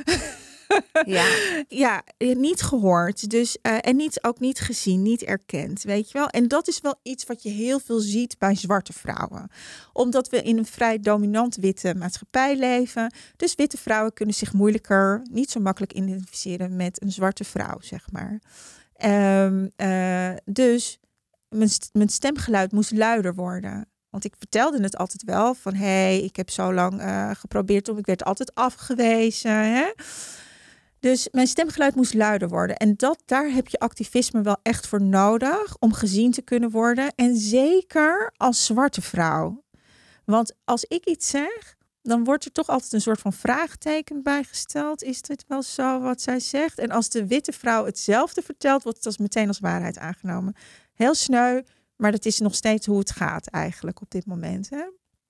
Ja. ja, niet gehoord. Dus, uh, en niet, ook niet gezien, niet erkend. Weet je wel? En dat is wel iets wat je heel veel ziet bij zwarte vrouwen. Omdat we in een vrij dominant witte maatschappij leven. Dus witte vrouwen kunnen zich moeilijker, niet zo makkelijk identificeren met een zwarte vrouw, zeg maar. Um, uh, dus mijn, mijn stemgeluid moest luider worden. Want ik vertelde het altijd wel van, hé, hey, ik heb zo lang uh, geprobeerd om, ik werd altijd afgewezen, hè. Dus mijn stemgeluid moest luider worden. En dat, daar heb je activisme wel echt voor nodig om gezien te kunnen worden. En zeker als zwarte vrouw. Want als ik iets zeg, dan wordt er toch altijd een soort van vraagteken bij gesteld. Is dit wel zo wat zij zegt? En als de witte vrouw hetzelfde vertelt, wordt het als meteen als waarheid aangenomen. Heel sneu, maar dat is nog steeds hoe het gaat eigenlijk op dit moment. Hè?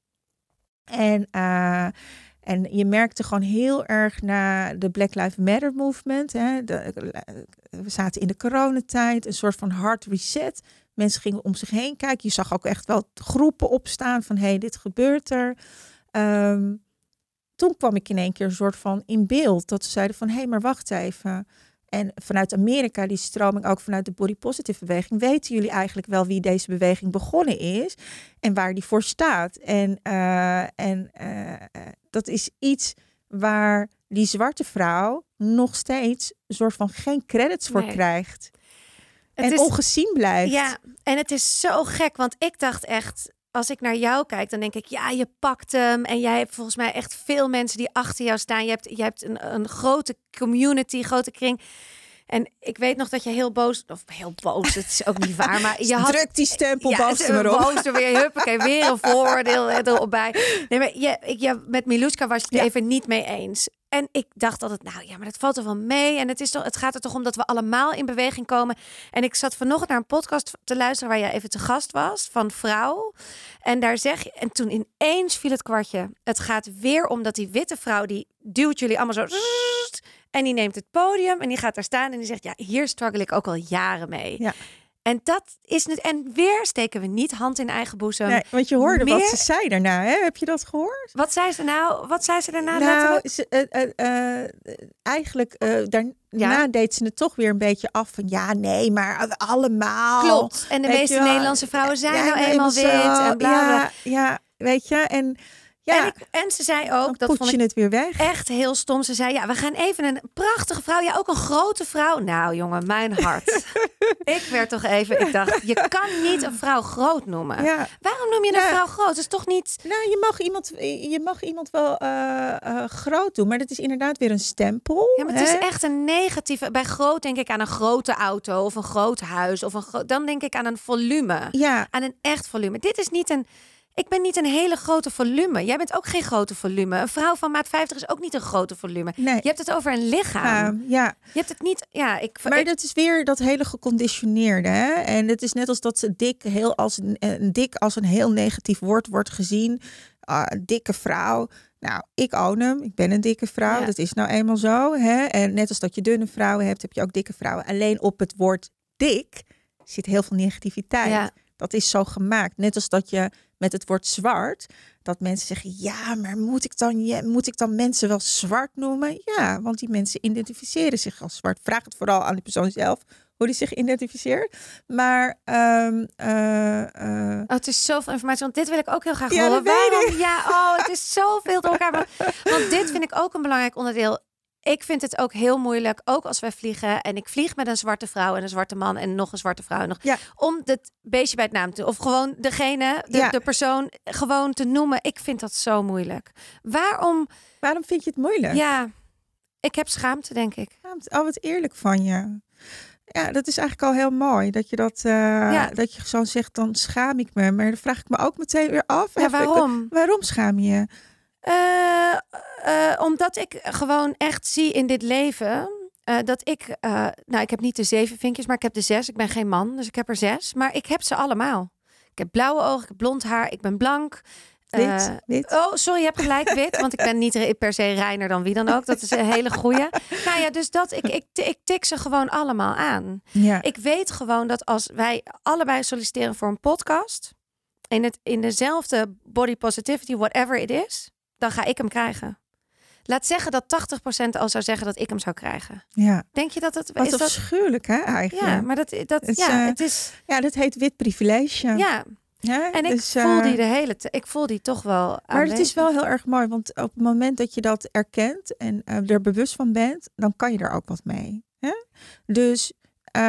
En... Uh, En je merkte gewoon heel erg na de Black Lives Matter movement. Hè, de, we zaten in de coronatijd, een soort van hard reset. Mensen gingen om zich heen kijken. Je zag ook echt wel groepen opstaan van, hé, hey, dit gebeurt er. Um, toen kwam ik in één keer een soort van in beeld. Dat ze zeiden van, hé, hey, maar wacht even. En vanuit Amerika, die stroming ook vanuit de body positive beweging, weten jullie eigenlijk wel wie deze beweging begonnen is en waar die voor staat. En, uh, en uh, dat is iets waar die zwarte vrouw nog steeds een soort van geen credits voor nee. krijgt. Het en is, ongezien blijft. Ja, en het is zo gek, want ik dacht echt, als ik naar jou kijk, dan denk ik, ja, je pakt hem. En jij hebt volgens mij echt veel mensen die achter jou staan. Je hebt, je hebt een, een grote community, grote kring. En ik weet nog dat je heel boos, of heel boos, het is ook niet waar, maar je had... Druk die stempel ja, boos er op. Boos er weer, huppakee, weer een vooroordeel erop bij. Nee, maar je, je, met Miluska was je het ja. even niet mee eens. En ik dacht altijd, nou ja, maar dat valt er wel mee. En het, is toch, het gaat er toch om dat we allemaal in beweging komen. En ik zat vanochtend naar een podcast te luisteren waar jij even te gast was, van Vrouw. En daar zeg je, en toen ineens viel het kwartje. Het gaat weer om dat die witte vrouw, die duwt jullie allemaal zo... En die neemt het podium en die gaat daar staan en die zegt, ja, hier struggle ik ook al jaren mee. Ja. En dat is nu, en weer steken we niet hand in eigen boezem. Nee, want je hoorde Meer... wat ze zei daarna, hè? Heb je dat gehoord? Wat zei ze nou? Wat zei ze daarna? Nou, ze, uh, uh, uh, eigenlijk uh, daarna ja. deed ze het toch weer een beetje af van, ja, nee, maar allemaal. Klopt. En de meeste Nederlandse vrouwen zijn ja, nou eenmaal wit en bla bla. Ja, ja, weet je, en... Ja. En, ik, en ze zei ook, dat vond ik het weer weg. Echt heel stom. Ze zei, ja, we gaan even een prachtige vrouw. Ja, ook een grote vrouw. Nou, jongen, mijn hart. Ik werd toch even, ik dacht, je kan niet een vrouw groot noemen. Ja. Waarom noem je een ja. vrouw groot? Dat is toch niet... Nou, je mag iemand, je mag iemand wel uh, uh, groot doen, maar dat is inderdaad weer een stempel. Ja, maar het hè? is echt een negatieve... Bij groot denk ik aan een grote auto of een groot huis. Of een gro- dan denk ik aan een volume. Ja. Aan een echt volume. Dit is niet een... Ik ben niet een hele grote volume. Jij bent ook geen grote volume. Een vrouw van maat vijftig is ook niet een grote volume. Nee. Je hebt het over een lichaam. Uh, ja. Je hebt het niet... Ja, ik, maar ik, dat is weer dat hele geconditioneerde. Hè? En het is net als dat ze dik, heel als een, een dik als een heel negatief woord wordt gezien. Uh, dikke vrouw. Nou, ik own hem. Ik ben een dikke vrouw. Ja. Dat is nou eenmaal zo. Hè? En net als dat je dunne vrouwen hebt, heb je ook dikke vrouwen. Alleen op het woord dik zit heel veel negativiteit. Ja. Dat is zo gemaakt. Net als dat je met het woord zwart, dat mensen zeggen, ja, maar moet ik dan, ja, moet ik dan mensen wel zwart noemen? Ja, want die mensen identificeren zich als zwart. Vraag het vooral aan die persoon zelf, hoe die zich identificeert. Maar um, uh, uh... oh, het is zoveel informatie, want dit wil ik ook heel graag ja, horen. Waarom? Ja, oh, het is zoveel door elkaar. Want, want dit vind ik ook een belangrijk onderdeel. Ik vind het ook heel moeilijk, ook als wij vliegen. En ik vlieg met een zwarte vrouw en een zwarte man en nog een zwarte vrouw. Nog, ja. Om het beestje bij het naam te... Of gewoon degene, de, ja. de persoon gewoon te noemen. Ik vind dat zo moeilijk. Waarom... Waarom vind je het moeilijk? Ja, ik heb schaamte, denk ik. Schaamte. Oh, wat eerlijk van je. Ja, dat is eigenlijk al heel mooi. Dat je dat, uh, ja. dat je zo zegt, dan schaam ik me. Maar dan vraag ik me ook meteen weer af. Ja, waarom? Ik, waarom schaam je je? Uh, uh, omdat ik gewoon echt zie in dit leven uh, dat ik, uh, nou ik heb niet de zeven vinkjes, maar ik heb de zes. Ik ben geen man, dus ik heb er zes. Maar ik heb ze allemaal. Ik heb blauwe ogen, ik heb blond haar, ik ben blank. Wit, uh, wit. Oh, sorry, je hebt gelijk, wit. Want ik ben niet per se reiner dan wie dan ook. Dat is een hele goeie. Nou ja, dus dat, ik, ik, ik tik ze gewoon allemaal aan. Ja. Ik weet gewoon dat als wij allebei solliciteren voor een podcast, in, het, in dezelfde body positivity, whatever it is, dan ga ik hem krijgen. Laat zeggen dat tachtig procent al zou zeggen dat ik hem zou krijgen. Ja. Denk je dat het... Wat is afschuwelijk, hè, eigenlijk? Ja, maar dat... dat het, ja, uh, het is... Ja, dat heet wit privilege. Ja. Ja, en ik dus, uh, voel die de hele tijd... Ik voel die toch wel Maar aanwezig. het is wel heel erg mooi, want op het moment dat je dat erkent en uh, er bewust van bent, dan kan je er ook wat mee. Hè? Dus... Uh,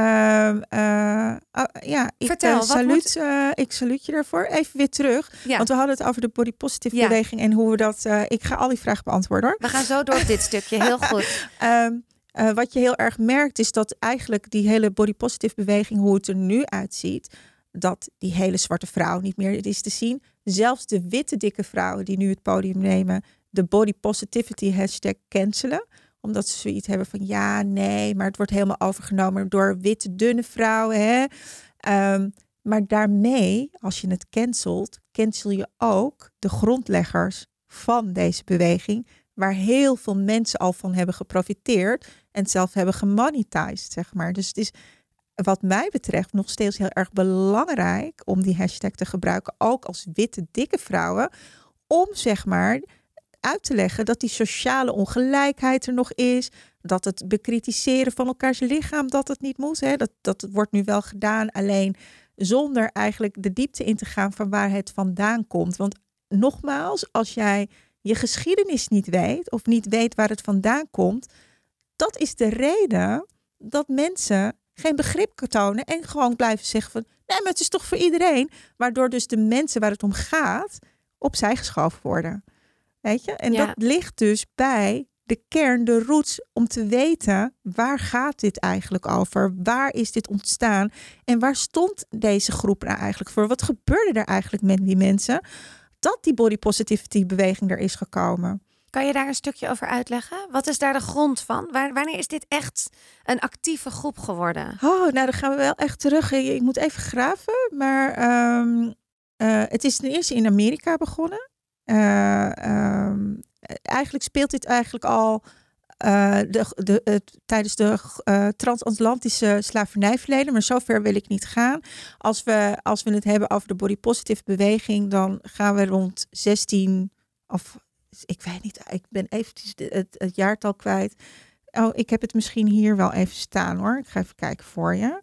uh, uh, ja, ik, Vertel, uh, saluut, moet... uh, ik saluut je daarvoor. Even weer terug. Ja. Want we hadden het over de body positive ja. beweging en hoe we dat... Uh, ik ga al die vragen beantwoorden, hoor. We gaan zo door op dit stukje. Heel goed. um, uh, wat je heel erg merkt is dat eigenlijk die hele body positive beweging, hoe het er nu uitziet, dat die hele zwarte vrouw niet meer is te zien. Zelfs de witte dikke vrouwen die nu het podium nemen, de body positivity hashtag cancelen. Omdat ze zoiets hebben van ja, nee, maar het wordt helemaal overgenomen door witte, dunne vrouwen. Hè? Um, maar daarmee, als je het cancelt, cancel je ook de grondleggers van deze beweging, waar heel veel mensen al van hebben geprofiteerd en zelf hebben gemonetized, zeg maar. Dus het is wat mij betreft nog steeds heel erg belangrijk om die hashtag te gebruiken, ook als witte, dikke vrouwen, om zeg maar uit te leggen dat die sociale ongelijkheid er nog is, dat het bekritiseren van elkaars lichaam, dat het niet moet. Hè? Dat, dat wordt nu wel gedaan, alleen zonder eigenlijk de diepte in te gaan van waar het vandaan komt. Want nogmaals, als jij je geschiedenis niet weet of niet weet waar het vandaan komt, dat is de reden dat mensen geen begrip tonen en gewoon blijven zeggen van nee, maar het is toch voor iedereen. Waardoor dus de mensen waar het om gaat opzij geschoven worden. Weet je? En ja. dat ligt dus bij de kern, de roots, om te weten waar gaat dit eigenlijk over? Waar is dit ontstaan? En waar stond deze groep nou eigenlijk voor? Wat gebeurde er eigenlijk met die mensen? Dat die body positivity beweging er is gekomen. Kan je daar een stukje over uitleggen? Wat is daar de grond van? Wanneer is dit echt een actieve groep geworden? Oh, nou dan gaan we wel echt terug. Ik moet even graven. Maar um, uh, het is ten eerste in Amerika begonnen. Uh, um, eigenlijk speelt dit eigenlijk al uh, de, de, het, tijdens de uh, transatlantische slavernijverleden. Maar zover wil ik niet gaan. Als we, als we het hebben over de body positive beweging, dan gaan we rond zestien of ik weet niet, ik ben eventjes het, het jaartal kwijt. Oh, ik heb het misschien hier wel even staan, hoor. Ik ga even kijken voor je.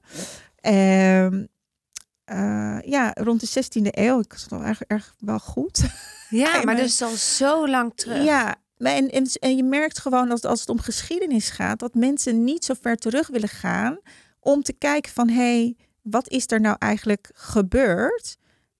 Um, uh, ja, rond de zestiende eeuw. Ik was nog erg, erg wel goed. Ja, maar dus al zo lang terug. Ja, en, en, en je merkt gewoon dat als het om geschiedenis gaat, dat mensen niet zo ver terug willen gaan om te kijken van, hé, hey, wat is er nou eigenlijk gebeurd?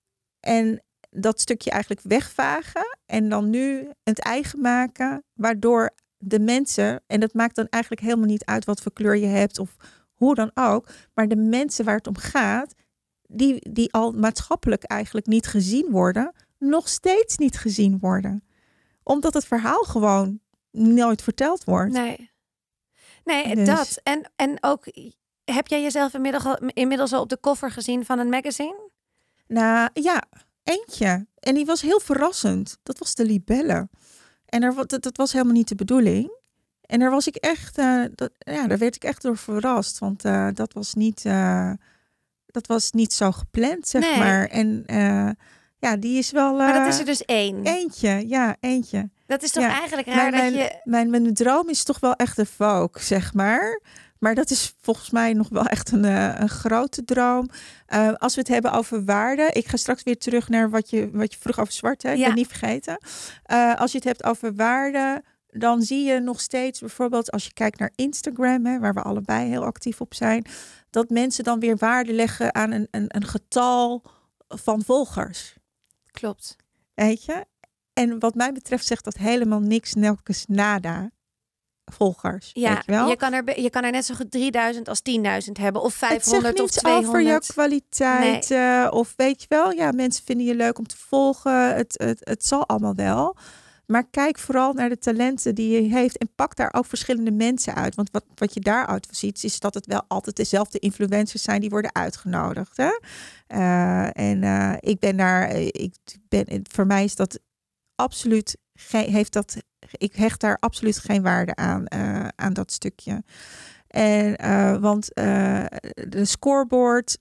En dat stukje eigenlijk wegvagen en dan nu het eigen maken, waardoor de mensen, en dat maakt dan eigenlijk helemaal niet uit wat voor kleur je hebt of hoe dan ook, maar de mensen waar het om gaat, die, die al maatschappelijk eigenlijk niet gezien worden, nog steeds niet gezien worden. Omdat het verhaal gewoon nooit verteld wordt. Nee, nee Dus. dat. En, en ook, heb jij jezelf inmiddels al, inmiddels al op de cover gezien van een magazine? Nou ja, eentje. En die was heel verrassend. Dat was de libelle. En er, dat, dat was helemaal niet de bedoeling. En daar was ik echt, uh, dat, ja, daar werd ik echt door verrast. Want uh, dat was niet, uh, dat was niet zo gepland, zeg nee. maar. En uh, ja, die is wel. Uh, maar dat is er dus één. Eentje, ja, eentje. Dat is toch ja. eigenlijk raar mijn, dat mijn, je. Mijn, mijn, mijn droom is toch wel echt een Vogue, zeg maar. Maar dat is volgens mij nog wel echt een, uh, een grote droom. Uh, als we het hebben over waarde. Ik ga straks weer terug naar wat je, wat je vroeg over zwart. Hè? Ik ja. ben niet vergeten. Uh, als je het hebt over waarde. Dan zie je nog steeds bijvoorbeeld als je kijkt naar Instagram. Hè, waar we allebei heel actief op zijn. Dat mensen dan weer waarde leggen aan een, een, een getal van volgers. Klopt. Weet je? En wat mij betreft zegt dat helemaal niks nelkens nada. Volgers, ja, weet je wel? Je kan er, je kan er net zo goed drieduizend als tienduizend hebben. Of vijfhonderd of tweehonderd. Over je kwaliteit. Nee. Uh, of weet je wel, ja, mensen vinden je leuk om te volgen. Het, het, het zal allemaal wel. Maar kijk vooral naar de talenten die je heeft. En pak daar ook verschillende mensen uit. Want wat, wat je daaruit ziet, is dat het wel altijd dezelfde influencers zijn die worden uitgenodigd. Hè? Uh, en uh, ik ben daar, ik ben, voor mij is dat absoluut, geen, heeft dat... Ik hecht daar absoluut geen waarde aan, uh, aan dat stukje. En, uh, want uh, de scoreboard,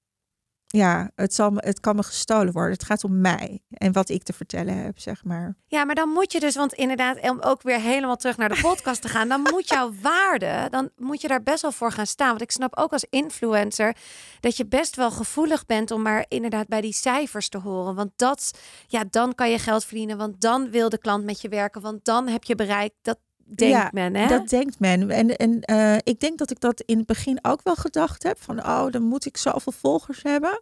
ja, het, zal me, het kan me gestolen worden. Het gaat om mij en wat ik te vertellen heb, zeg maar. Ja, maar dan moet je dus, want inderdaad, om ook weer helemaal terug naar de podcast te gaan, dan moet jouw waarde, dan moet je daar best wel voor gaan staan. Want ik snap ook als influencer dat je best wel gevoelig bent om maar inderdaad bij die cijfers te horen. Want dat, ja, dan kan je geld verdienen, want dan wil de klant met je werken, want dan heb je bereikt. Dat denkt ja, men, hè? dat denkt men. En, en uh, ik denk dat ik dat in het begin ook wel gedacht heb. Van, oh, dan moet ik zoveel volgers hebben.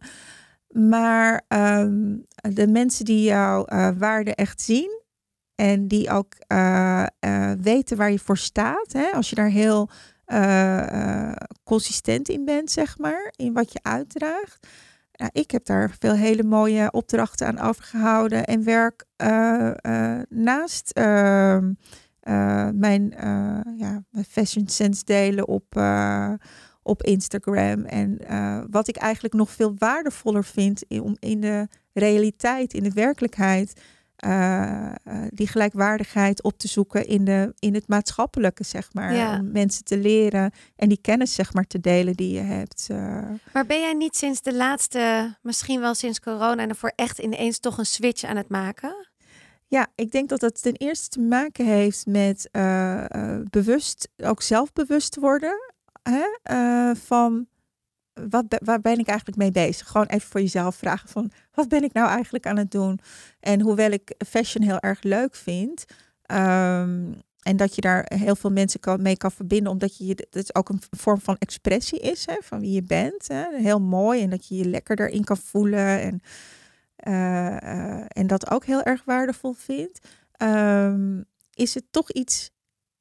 Maar um, de mensen die jouw uh, waarde echt zien en die ook uh, uh, weten waar je voor staat. Hè? Als je daar heel uh, uh, consistent in bent, zeg maar, in wat je uitdraagt. Nou, ik heb daar veel hele mooie opdrachten aan overgehouden en werk uh, uh, naast... Uh, Uh, mijn, uh, ja, mijn fashion sense delen op, uh, op Instagram. En uh, wat ik eigenlijk nog veel waardevoller vind in, om in de realiteit, in de werkelijkheid, uh, uh, die gelijkwaardigheid op te zoeken in, de, in het maatschappelijke, zeg maar. Ja. Om mensen te leren en die kennis, zeg maar, te delen die je hebt. Uh. Maar ben jij niet sinds de laatste, misschien wel sinds corona, ervoor echt ineens toch een switch aan het maken? Ja, ik denk dat dat ten eerste te maken heeft met uh, uh, bewust, ook zelfbewust te worden. Hè? Uh, van wat be- waar ben ik eigenlijk mee bezig? Gewoon even voor jezelf vragen van wat ben ik nou eigenlijk aan het doen? En hoewel ik fashion heel erg leuk vind. Um, en dat je daar heel veel mensen kan, mee kan verbinden. Omdat je, het is ook een vorm van expressie is, hè, van wie je bent. Hè? Heel mooi en dat je je lekker erin kan voelen. En Uh, uh, en dat ook heel erg waardevol vindt, um, is het toch iets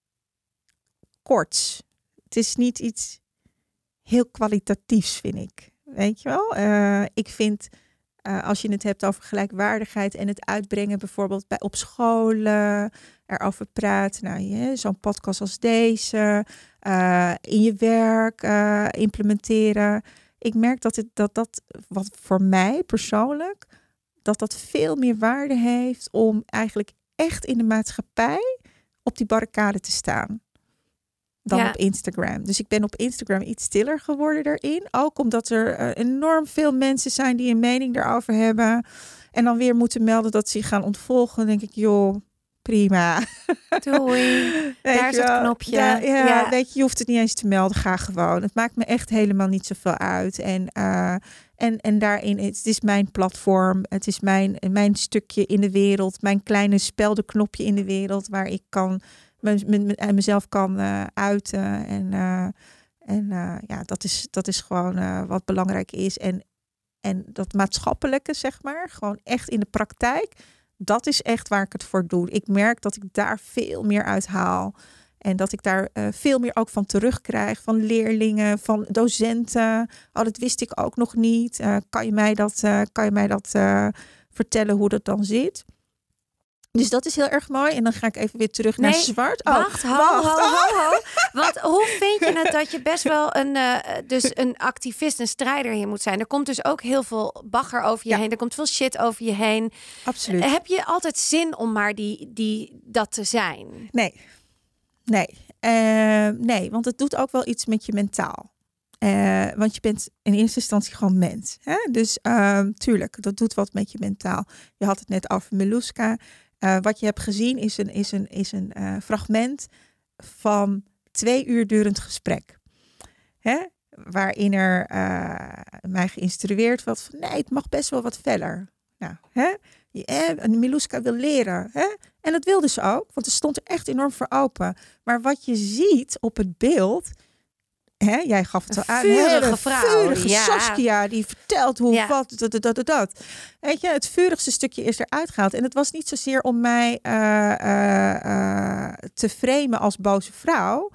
korts. Het is niet iets heel kwalitatiefs, vind ik. Weet je wel? Uh, ik vind, uh, als je het hebt over gelijkwaardigheid en het uitbrengen bijvoorbeeld bij, op scholen, erover praten, nou, ja, zo'n podcast als deze, uh, in je werk uh, implementeren. Ik merk dat, het, dat dat, wat voor mij persoonlijk, dat dat veel meer waarde heeft om eigenlijk echt in de maatschappij op die barricade te staan dan ja. op Instagram. Dus ik ben op Instagram iets stiller geworden daarin. Ook omdat er uh, enorm veel mensen zijn die een mening daarover hebben en dan weer moeten melden dat ze zich gaan ontvolgen. Dan denk ik, joh, prima. Doei. Daar is het knopje. Da, ja, ja, weet je, je hoeft het niet eens te melden. Ga gewoon. Het maakt me echt helemaal niet zoveel uit. En, uh, en, en daarin, het is mijn platform. Het is mijn, mijn stukje in de wereld. Mijn kleine speldenknopje in de wereld. Waar ik kan, me, me, me, mezelf kan uh, uiten. En, uh, en uh, ja, dat is, dat is gewoon uh, wat belangrijk is. En, en dat maatschappelijke, zeg maar. Gewoon echt in de praktijk. Dat is echt waar ik het voor doe. Ik merk dat ik daar veel meer uit haal. En dat ik daar uh, veel meer ook van terugkrijg. Van leerlingen, van docenten. Oh, dat wist ik ook nog niet. Uh, kan je mij dat, uh, kan je mij dat uh, vertellen hoe dat dan zit. Dus dat is heel erg mooi. En dan ga ik even weer terug nee, naar zwart. Oh, wacht, ho, wacht. ho, ho, ho. Want hoe vind je het dat je best wel een, uh, dus een activist, een strijder hier moet zijn? Er komt dus ook heel veel bagger over je ja. heen. Er komt veel shit over je heen. Absoluut. Heb je altijd zin om maar die, die, dat te zijn? Nee. Nee. Uh, nee, want het doet ook wel iets met je mentaal. Uh, want je bent in eerste instantie gewoon mens. Hè? Dus uh, tuurlijk, dat doet wat met je mentaal. Je had het net over Miluska. Uh, wat je hebt gezien is een, is een, is een uh, fragment van twee uur durend gesprek. Hè? Waarin er uh, mij geïnstrueerd wordt van nee, het mag best wel wat feller. Nou, hè? Je, eh, Miluska wil leren. Hè? En dat wilde ze ook, want er stond er echt enorm voor open. Maar wat je ziet op het beeld... Hè, jij gaf het al aan. Vurige vrouw. Vurige ja. Saskia die vertelt hoe ja. wat dat, dat, dat, dat. Weet je, het vurigste stukje is eruit gehaald. En het was niet zozeer om mij uh, uh, uh, te framen als boze vrouw.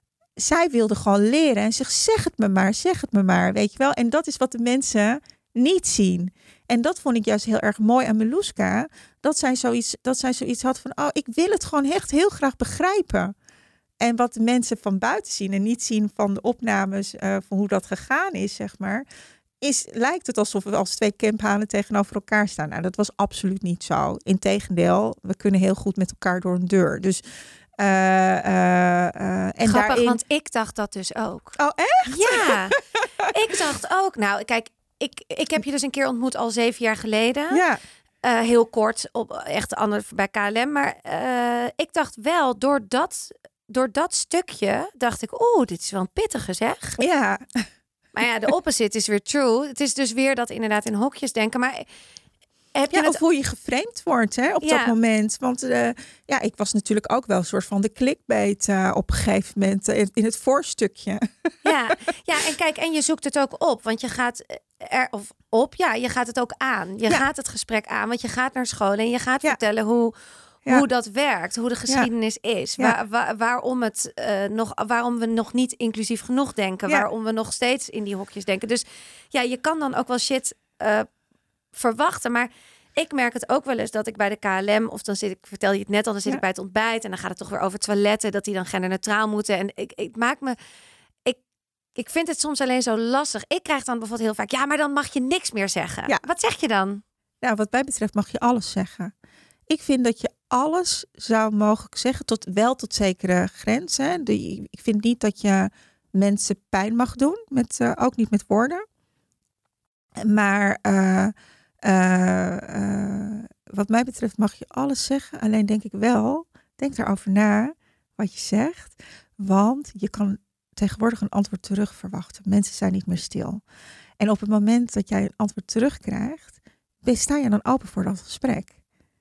Zij wilde gewoon leren en zegt zeg het me maar, zeg het me maar, weet je wel. En dat is wat de mensen niet zien. En dat vond ik juist heel erg mooi aan Miluska. Dat zij zoiets, dat zij zoiets had van, oh, ik wil het gewoon echt heel graag begrijpen. En wat de mensen van buiten zien en niet zien van de opnames uh, van hoe dat gegaan is, zeg maar, is, lijkt het alsof we als twee kemphanen tegenover elkaar staan. Nou, dat was absoluut niet zo. Integendeel, we kunnen heel goed met elkaar door een deur. Dus uh, uh, uh, en grappig, daarin... want ik dacht dat dus ook. Oh, echt? Ja, ik dacht ook. Nou, kijk, ik, ik heb je dus een keer ontmoet al zeven jaar geleden. Ja. Uh, heel kort, op echt ander bij K L M. Maar uh, ik dacht wel, door dat... Door dat stukje dacht ik, oeh, dit is wel een pittige zeg. Ja. Maar ja, de opposite is weer true. Het is dus weer dat inderdaad in hokjes denken. Maar heb je ja, het... of hoe je geframed wordt hè, op ja. dat moment. Want uh, ja, ik was natuurlijk ook wel een soort van de clickbait uh, op een gegeven moment uh, in, in het voorstukje. Ja. ja, en kijk, en je zoekt het ook op. Want je gaat er of op, ja, je gaat het ook aan. Je ja. gaat het gesprek aan, want je gaat naar school en je gaat ja. vertellen hoe... Ja. Hoe dat werkt, hoe de geschiedenis ja. is. Waar, Ja. waar, waarom, het, uh, nog, waarom we nog niet inclusief genoeg denken. Ja. Waarom we nog steeds in die hokjes denken. Dus ja, je kan dan ook wel shit uh, verwachten. Maar ik merk het ook wel eens dat ik bij de K L M... of dan zit ik, vertel je het net al, dan zit ja. ik bij het ontbijt... en dan gaat het toch weer over toiletten... dat die dan genderneutraal moeten. En ik, ik maak me... Ik, ik vind het soms alleen zo lastig. Ik krijg dan bijvoorbeeld heel vaak... ja, maar dan mag je niks meer zeggen. Ja. Wat zeg je dan? Nou, wat mij betreft mag je alles zeggen. Ik vind dat je alles zou mogen zeggen, tot, wel tot zekere grenzen. De, ik vind niet dat je mensen pijn mag doen, met, uh, ook niet met woorden. Maar uh, uh, uh, wat mij betreft mag je alles zeggen. Alleen denk ik wel, denk daarover na wat je zegt. Want je kan tegenwoordig een antwoord terug verwachten. Mensen zijn niet meer stil. En op het moment dat jij een antwoord terugkrijgt, sta je dan open voor dat gesprek.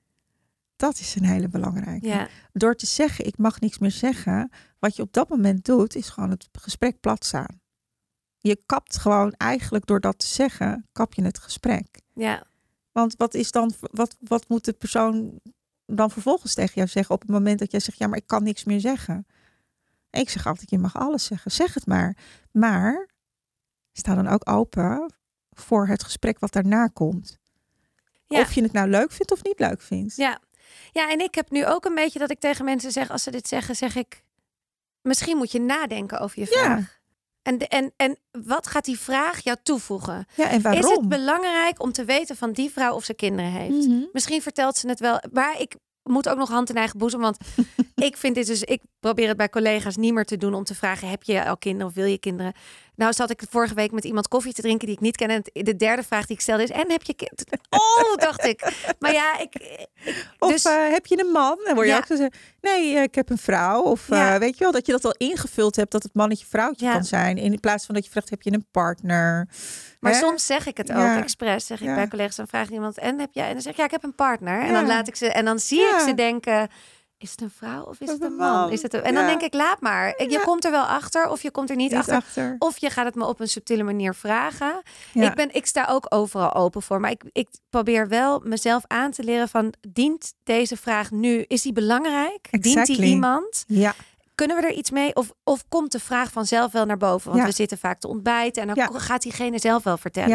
Dat is een hele belangrijke. Ja. Door te zeggen, ik mag niks meer zeggen. Wat je op dat moment doet, is gewoon het gesprek plat staan. Je kapt gewoon eigenlijk door dat te zeggen, kap je het gesprek. Ja. Want wat is dan, wat, wat moet de persoon dan vervolgens tegen jou zeggen op het moment dat jij zegt, ja, maar ik kan niks meer zeggen. En ik zeg altijd, je mag alles zeggen. Zeg het maar. Maar sta dan ook open voor het gesprek wat daarna komt. Ja. Of je het nou leuk vindt of niet leuk vindt. Ja. Ja, en ik heb nu ook een beetje dat ik tegen mensen zeg, als ze dit zeggen, zeg ik, misschien moet je nadenken over je vraag. Ja. En, en, en wat gaat die vraag jou toevoegen? Ja, en waarom? Is het belangrijk om te weten van die vrouw of ze kinderen heeft? Mm-hmm. Misschien vertelt ze het wel, maar ik moet ook nog hand in eigen boezem, want ik vind dit dus, ik probeer het bij collega's niet meer te doen om te vragen, heb je al kinderen of wil je kinderen? Nou zat ik vorige week met iemand koffie te drinken die ik niet ken en de derde vraag die ik stelde is, en heb je kinderen? Oh, dacht ik. Maar ja, ik... ik of dus, uh, heb je een man? Dan word je ja. ook zo zeggen, nee, ik heb een vrouw. Of ja. uh, weet je wel, dat je dat al ingevuld hebt, dat het mannetje vrouwtje ja. kan zijn. In plaats van dat je vraagt, heb je een partner? Maar Hè? soms zeg ik het ook, ja. expres. Zeg ik ja. bij collega's, dan vraagt iemand, en heb jij? En dan zeg ik, ja, ik heb een partner. En ja. dan laat ik ze, en dan zie ja. ik ze denken, is het een vrouw of is het een man? Is het een... En dan ja. denk ik, laat maar. Je ja. komt er wel achter of je komt er niet, niet achter. achter. Of je gaat het me op een subtiele manier vragen. Ja. Ik, ben, ik sta ook overal open voor. Maar ik, ik probeer wel mezelf aan te leren van, dient deze vraag nu, is die belangrijk? Exactly. Dient die iemand? Ja. Kunnen we er iets mee? Of, of komt de vraag vanzelf wel naar boven? Want ja. we zitten vaak te ontbijten en dan ja. gaat diegene zelf wel vertellen. Ja.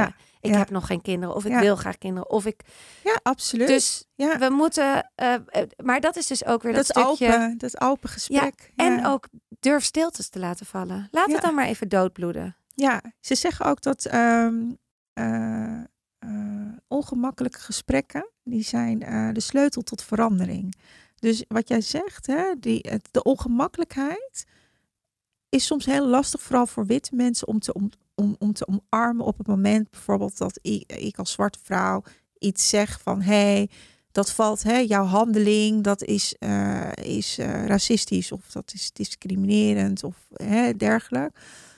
ik ja. heb nog geen kinderen. Of ik Ja. wil graag kinderen. Of ik... Ja, absoluut. Dus ja. we moeten... Uh, maar dat is dus ook weer dat, dat stukje... Open, dat open gesprek. Ja, en ja. ook durf stiltes te laten vallen. Laat ja. het dan maar even doodbloeden. Ja, ze zeggen ook dat um, uh, uh, ongemakkelijke gesprekken, die zijn uh, de sleutel tot verandering. Dus wat jij zegt, hè, die, het, de ongemakkelijkheid is soms heel lastig, vooral voor witte mensen, om te, om, om, om te omarmen op het moment bijvoorbeeld dat ik, ik als zwarte vrouw iets zeg van, hé, hey, dat valt, hè, jouw handeling, dat is, uh, is uh, racistisch of dat is discriminerend of hè, dergelijke.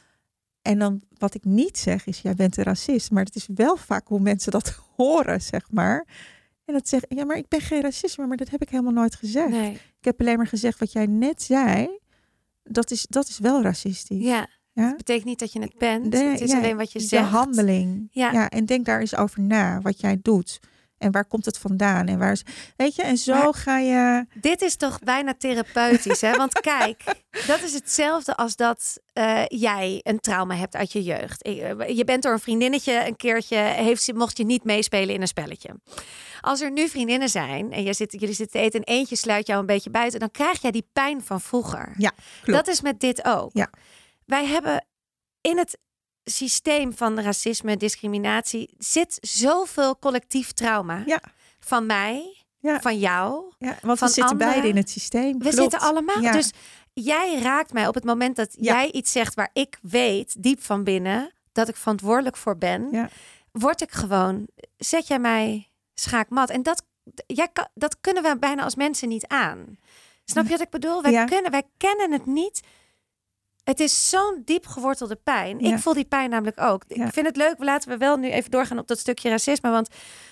En dan wat ik niet zeg is, jij bent een racist. Maar het is wel vaak hoe mensen dat horen, zeg maar. En dat zeggen, ja, maar ik ben geen racist, maar, maar dat heb ik helemaal nooit gezegd. Nee. Ik heb alleen maar gezegd wat jij net zei. Dat is, dat is wel racistisch. Ja, ja? dat betekent niet dat je het bent. De, het is ja, alleen wat je de zegt. De handeling. Ja. ja. En denk daar eens over na, wat jij doet. En waar komt het vandaan? En waar is, weet je, en zo maar ga je... Dit is toch bijna therapeutisch, hè? Want kijk, dat is hetzelfde als dat uh, jij een trauma hebt uit je jeugd. Je bent door een vriendinnetje een keertje, heeft, mocht je niet meespelen in een spelletje. Als er nu vriendinnen zijn en je zit, jullie zitten te eten en eentje sluit jou een beetje buiten, dan krijg jij die pijn van vroeger. Ja, klopt. Dat is met dit ook. Ja. Wij hebben in het systeem van racisme, discriminatie, zit zoveel collectief trauma. Ja. Van mij, ja. van jou. Ja, want van we zitten anderen. beide in het systeem. We Klopt. zitten allemaal. Ja. Dus jij raakt mij op het moment dat ja. jij iets zegt waar ik weet, diep van binnen, dat ik verantwoordelijk voor ben. Ja. Word ik gewoon, zet jij mij schaakmat. En dat, jij kan, dat kunnen we bijna als mensen niet aan. Snap je wat ik bedoel? Wij, ja. kunnen, wij kennen het niet. Het is zo'n diep gewortelde pijn. Ja. Ik voel die pijn namelijk ook. Ja. Ik vind het leuk, laten we wel nu even doorgaan op dat stukje racisme. Want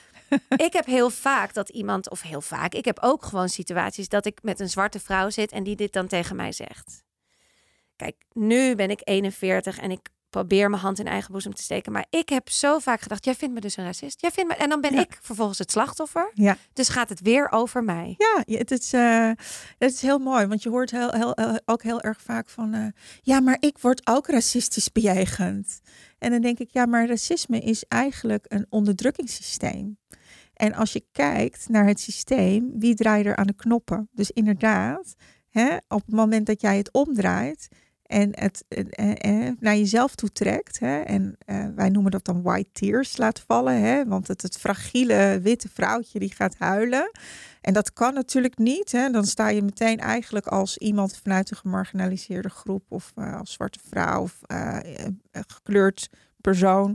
ik heb heel vaak dat iemand, of heel vaak, ik heb ook gewoon situaties dat ik met een zwarte vrouw zit en die dit dan tegen mij zegt. Kijk, nu ben ik eenenveertig en ik probeer mijn hand in eigen boezem te steken. Maar ik heb zo vaak gedacht, jij vindt me dus een racist. Jij vindt me, en dan ben ja. ik vervolgens het slachtoffer. Ja. Dus gaat het weer over mij. Ja, het is, uh, het is heel mooi. Want je hoort heel, heel, uh, ook heel erg vaak van... Uh, ja, maar ik word ook racistisch bejegend. En dan denk ik, ja, maar racisme is eigenlijk een onderdrukkingssysteem. En als je kijkt naar het systeem, wie draait er aan de knoppen? Dus inderdaad, hè, op het moment dat jij het omdraait en het eh, eh, naar jezelf toe trekt, hè, en eh, wij noemen dat dan white tears laat vallen, hè, want het, het fragiele witte vrouwtje die gaat huilen. En dat kan natuurlijk niet. Hè, dan sta je meteen eigenlijk als iemand vanuit een gemarginaliseerde groep of uh, als zwarte vrouw of uh, gekleurd persoon,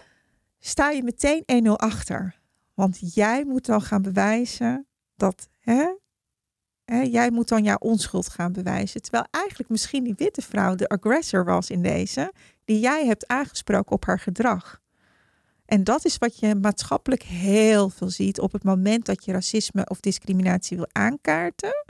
sta je meteen één nul achter. Want jij moet dan gaan bewijzen dat, hè, hè, jij moet dan jouw onschuld gaan bewijzen. Terwijl eigenlijk misschien die witte vrouw de aggressor was in deze, die jij hebt aangesproken op haar gedrag. En dat is wat je maatschappelijk heel veel ziet op het moment dat je racisme of discriminatie wil aankaarten.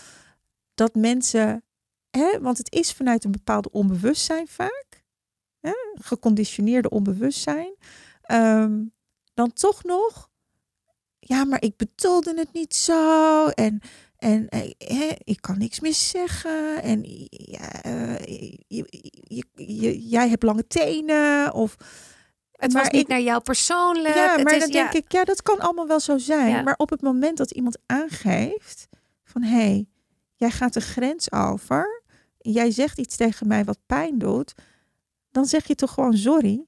Dat mensen, hè, want het is vanuit een bepaalde onbewustzijn vaak, hè, geconditioneerde onbewustzijn, um, dan toch nog, ja, maar ik bedoelde het niet zo en, en hè, ik kan niks meer zeggen en ja, uh, je, je, je, jij hebt lange tenen of... Het maar was niet ik, naar jou persoonlijk. Ja, het maar is, dan ja. denk ik, ja, dat kan allemaal wel zo zijn. Ja. Maar op het moment dat iemand aangeeft van, hé, hey, jij gaat de grens over, jij zegt iets tegen mij wat pijn doet, dan zeg je toch gewoon sorry.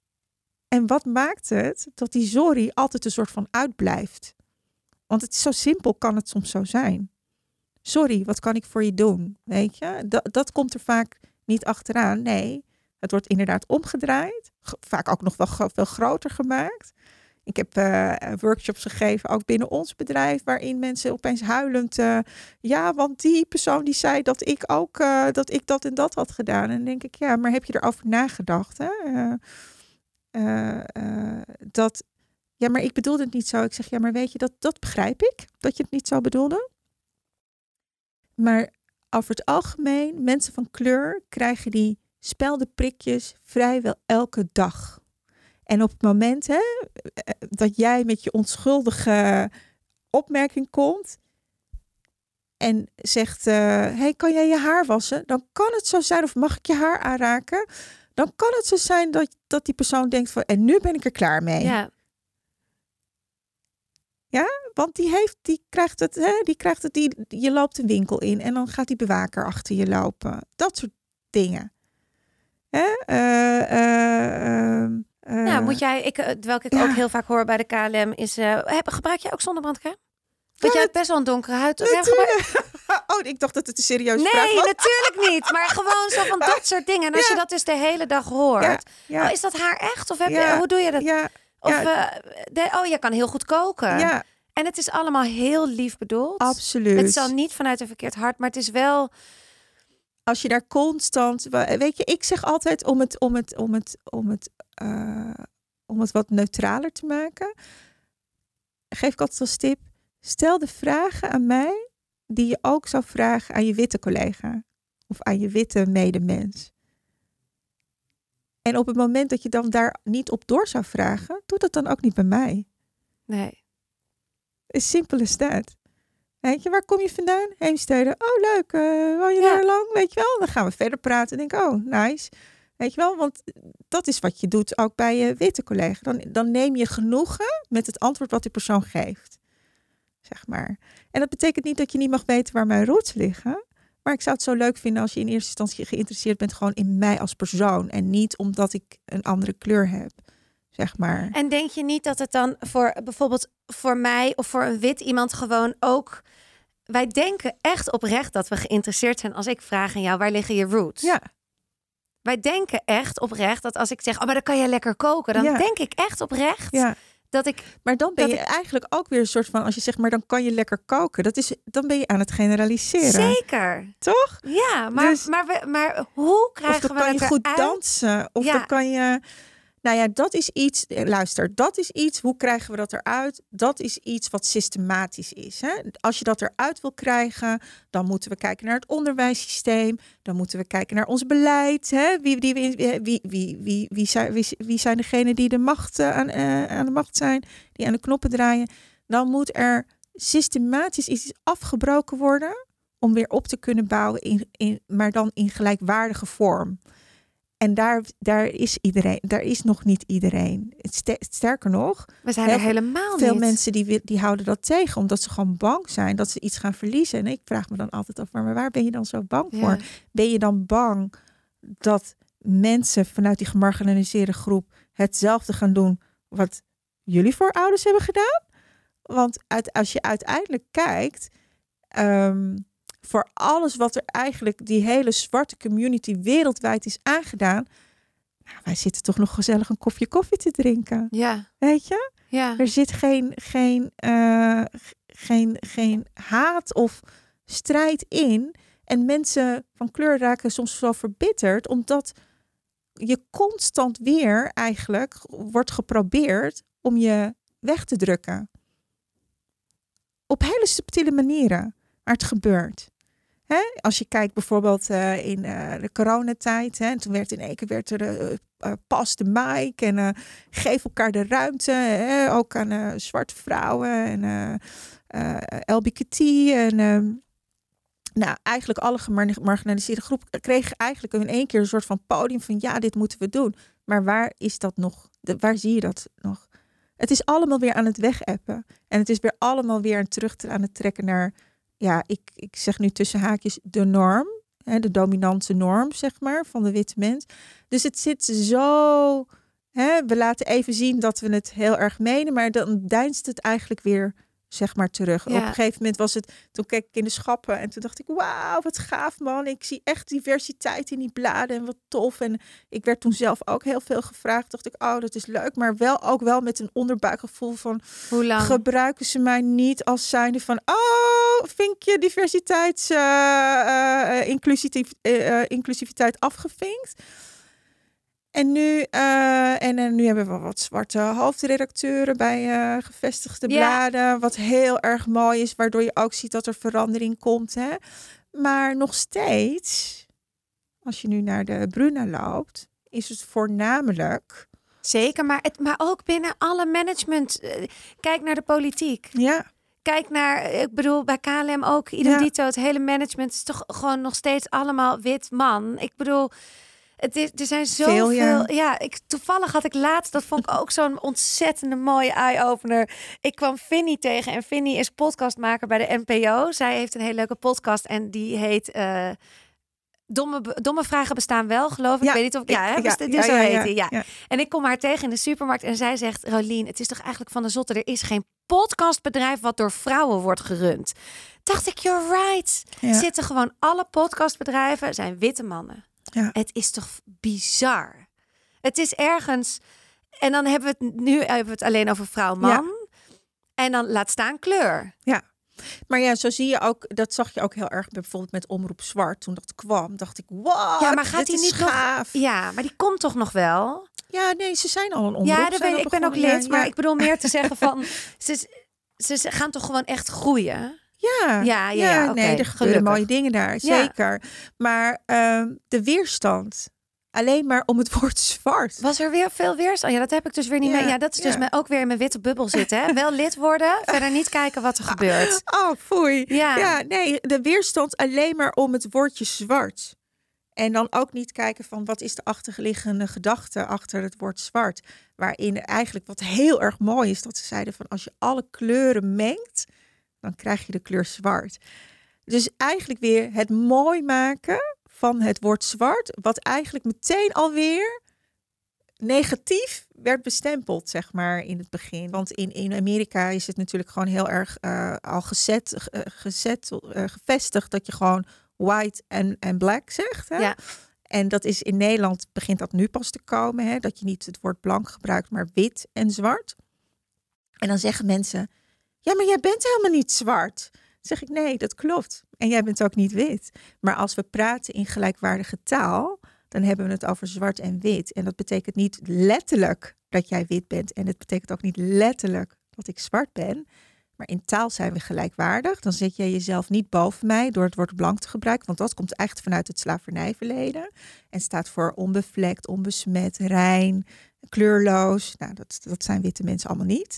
En wat maakt het dat die sorry altijd een soort van uitblijft? Want het is zo simpel, kan het soms zo zijn. Sorry, wat kan ik voor je doen? Weet je, dat, dat komt er vaak niet achteraan. Nee, het wordt inderdaad omgedraaid. Vaak ook nog wel veel groter gemaakt. Ik heb uh, workshops gegeven, ook binnen ons bedrijf, waarin mensen opeens huilend, uh, ja, want die persoon die zei dat ik ook, uh, dat ik dat en dat had gedaan. En dan denk ik, ja, maar heb je erover nagedacht? Hè? Uh, uh, uh, dat, ja, maar ik bedoelde het niet zo. Ik zeg, ja, maar weet je, dat, dat begrijp ik, dat je het niet zo bedoelde. Maar over het algemeen, mensen van kleur krijgen die speldenprikjes vrijwel elke dag. En op het moment, hè, dat jij met je onschuldige opmerking komt en zegt, uh, hey, kan jij je haar wassen? Dan kan het zo zijn, of mag ik je haar aanraken? dan kan het zo zijn dat, dat die persoon denkt van, en nu ben ik er klaar mee. Ja. Ja, want die heeft, die krijgt het, hè, die krijgt het, die, je loopt een winkel in en dan gaat die bewaker achter je lopen. Dat soort dingen. Hè? Uh, uh, uh, uh, ja, moet jij, ik, welke ik ja. ook heel vaak hoor bij de K L M, is, uh, heb, gebruik jij ook zonnebrandcrème? Want jij hebt best wel een donkere huid. Natuurlijk. Oh, ik dacht dat het een serieuze nee, vraag was. Nee, natuurlijk niet. Maar gewoon zo van dat soort dingen. En als ja. je dat dus de hele dag hoort. Ja, ja. Oh, is dat haar echt? Of heb ja. je, hoe doe je dat? Ja. Of, ja. uh, de, oh, je kan heel goed koken. Ja. En het is allemaal heel lief bedoeld. Absoluut. Het zal niet vanuit een verkeerd hart, maar het is wel... Als je daar constant... Weet je, ik zeg altijd om het, om het, om het, om het, uh, om het wat neutraler te maken. Geef ik altijd als tip. Stel de vragen aan mij die je ook zou vragen aan je witte collega. Of aan je witte medemens. En op het moment dat je dan daar niet op door zou vragen, doe dat dan ook niet bij mij. Nee. As simpel as that. Weet je, waar kom je vandaan? Heemstede. Oh, leuk. Uh, woon je ja. daar lang? Weet je wel? Dan gaan we verder praten. En denk, oh, nice. Weet je wel? Want dat is wat je doet ook bij je witte collega. Dan, dan neem je genoegen met het antwoord wat die persoon geeft. Zeg maar. En dat betekent niet dat je niet mag weten waar mijn roots liggen. Maar ik zou het zo leuk vinden als je in eerste instantie geïnteresseerd bent gewoon in mij als persoon. En niet omdat ik een andere kleur heb. Zeg maar. En denk je niet dat het dan voor bijvoorbeeld voor mij of voor een wit iemand gewoon ook... Wij denken echt oprecht dat we geïnteresseerd zijn als ik vraag aan jou, waar liggen je roots? Ja. Wij denken echt oprecht dat als ik zeg, oh, maar dan kan je lekker koken. Dan ja. denk ik echt oprecht ja. dat ik... Maar dan ben je ik... eigenlijk ook weer een soort van, als je zegt, maar dan kan je lekker koken. Dat is, dan ben je aan het generaliseren. Zeker. Toch? Ja, maar, dus, maar, we, maar hoe krijgen we Of dan kan je goed uit? dansen. Of ja. dan kan je... Nou ja, dat is iets, luister, dat is iets, hoe krijgen we dat eruit? Dat is iets wat systematisch is. Hè? Als je dat eruit wil krijgen, dan moeten we kijken naar het onderwijssysteem. Dan moeten we kijken naar ons beleid. Hè? Wie, die, wie, wie, wie, wie, wie, zijn, wie, wie zijn degenen die de macht, uh, aan, uh, aan de macht zijn, die aan de knoppen draaien? Dan moet er systematisch iets afgebroken worden om weer op te kunnen bouwen, in, in, maar dan in gelijkwaardige vorm. En daar, daar is iedereen, daar is nog niet iedereen. Sterker nog, we zijn er helemaal veel niet. mensen die, die houden dat tegen, omdat ze gewoon bang zijn dat ze iets gaan verliezen. En ik vraag me dan altijd af, maar waar ben je dan zo bang ja. voor? Ben je dan bang dat mensen vanuit die gemarginaliseerde groep hetzelfde gaan doen wat jullie voorouders hebben gedaan? Want uit, als je uiteindelijk kijkt, um, voor alles wat er eigenlijk die hele zwarte community wereldwijd is aangedaan. Nou, wij zitten toch nog gezellig een kopje koffie te drinken. Ja. Weet je? Ja. Er zit geen, geen, uh, geen, geen haat of strijd in. En mensen van kleur raken soms wel verbitterd. Omdat je constant weer eigenlijk wordt geprobeerd om je weg te drukken. Op hele subtiele manieren. Maar het gebeurt. Hè? Als je kijkt bijvoorbeeld uh, in uh, de coronatijd. Hè, en toen werd in één keer werd er uh, uh, pas de mic. En uh, geef elkaar de ruimte. Hè? Ook aan uh, zwarte vrouwen. En uh, uh, L B G T. En uh, nou, eigenlijk alle gemarginaliseerde groepen kregen eigenlijk in één keer een soort van podium. Van ja, dit moeten we doen. Maar waar is dat nog? De, waar zie je dat nog? Het is allemaal weer aan het wegappen. En het is weer allemaal weer terug te, aan het trekken naar... Ja, ik, ik zeg nu tussen haakjes de norm. Hè, de dominante norm, zeg maar, van de witte mens. Dus het zit zo... Hè, we laten even zien dat we het heel erg menen. Maar dan deinst het eigenlijk weer, zeg maar, terug. Ja. Op een gegeven moment was het... Toen keek ik in de schappen en toen dacht ik... Wauw, wat gaaf, man. Ik zie echt diversiteit in die bladen en wat tof. En ik werd toen zelf ook heel veel gevraagd. Dacht ik, oh, dat is leuk. Maar wel ook wel met een onderbuikgevoel van... Hoe lang? Gebruiken ze mij niet als zijnde van... Oh, vinkje diversiteits... Uh, uh, inclusief, uh, inclusiviteit afgevinkt. En nu, uh, en, en nu hebben we wat zwarte hoofdredacteuren bij uh, gevestigde bladen. Ja. Wat heel erg mooi is, waardoor je ook ziet dat er verandering komt. Hè? Maar nog steeds, als je nu naar de Bruna loopt, is het voornamelijk... Zeker, maar, het, maar ook binnen alle management. Uh, kijk naar de politiek. Ja. Kijk naar, ik bedoel, bij K L M ook, idem dito, het hele management is toch gewoon nog steeds allemaal wit man. Ik bedoel... Het is, er zijn zoveel... Veel, ja. ja, ik, toevallig had ik laatst... Dat vond ik ook zo'n ontzettende mooie eye-opener. Ik kwam Vinnie tegen. En Vinnie is podcastmaker bij de N P O. Zij heeft een hele leuke podcast. En die heet... Uh, Domme, domme vragen bestaan wel, geloof ik. Ja, ik weet niet of... Ja, hè? ja, Dus, ja, dus ja, zo ja, heet ja, hij, ja. ja. En ik kom haar tegen in de supermarkt. En zij zegt... Rolien, het is toch eigenlijk van de zotte. Er is geen podcastbedrijf wat door vrouwen wordt gerund. Dacht ik, you're right. Ja. Zitten gewoon alle podcastbedrijven... zijn witte mannen. Ja. Het is toch bizar. Het is ergens... En dan hebben we het nu hebben we het alleen over vrouw-man. Ja. En dan laat staan kleur. Ja. Maar ja, zo zie je ook, dat zag je ook heel erg bijvoorbeeld met Omroep Zwart. Toen dat kwam, dacht ik, wow, ja, maar gaat dit die is niet gaaf. Nog, ja, maar die komt toch nog wel? Ja, nee, ze zijn al een omroep. Ja, dat ben, ik ben ook lid, ja, maar ja. ik bedoel meer te zeggen van, ze, ze, ze gaan toch gewoon echt groeien? Ja, ja, ja, ja, ja okay, nee, er gebeuren gelukkig. mooie dingen daar, zeker. Ja. Maar um, de weerstand, alleen maar om het woord zwart. Was er weer veel weerstand? Ja, dat heb ik dus weer niet ja, mee. Ja, dat is dus ja. me ook weer in mijn witte bubbel zitten. Hè? Wel lid worden, verder niet kijken wat er gebeurt. Oh, foei. Ja. ja, nee, de weerstand alleen maar om het woordje zwart. En dan ook niet kijken van wat is de achterliggende gedachte achter het woord zwart. Waarin eigenlijk wat heel erg mooi is, dat ze zeiden van als je alle kleuren mengt, dan krijg je de kleur zwart. Dus eigenlijk weer het mooi maken van het woord zwart, wat eigenlijk meteen alweer negatief werd bestempeld, zeg maar, in het begin. Want in, in Amerika is het natuurlijk gewoon heel erg uh, al gezet, uh, gezet uh, gevestigd dat je gewoon white en, en black zegt. Hè? Ja. En dat is in Nederland, begint dat nu pas te komen, hè? Dat je niet het woord blank gebruikt, maar wit en zwart. En dan zeggen mensen, ja, maar jij bent helemaal niet zwart. Dan zeg ik, nee, dat klopt. En jij bent ook niet wit. Maar als we praten in gelijkwaardige taal, dan hebben we het over zwart en wit. En dat betekent niet letterlijk dat jij wit bent. En het betekent ook niet letterlijk dat ik zwart ben. Maar in taal zijn we gelijkwaardig. Dan zet jij jezelf niet boven mij door het woord blank te gebruiken. Want dat komt echt vanuit het slavernijverleden. En staat voor onbevlekt, onbesmet, rein, kleurloos. Nou, dat, dat zijn witte mensen allemaal niet.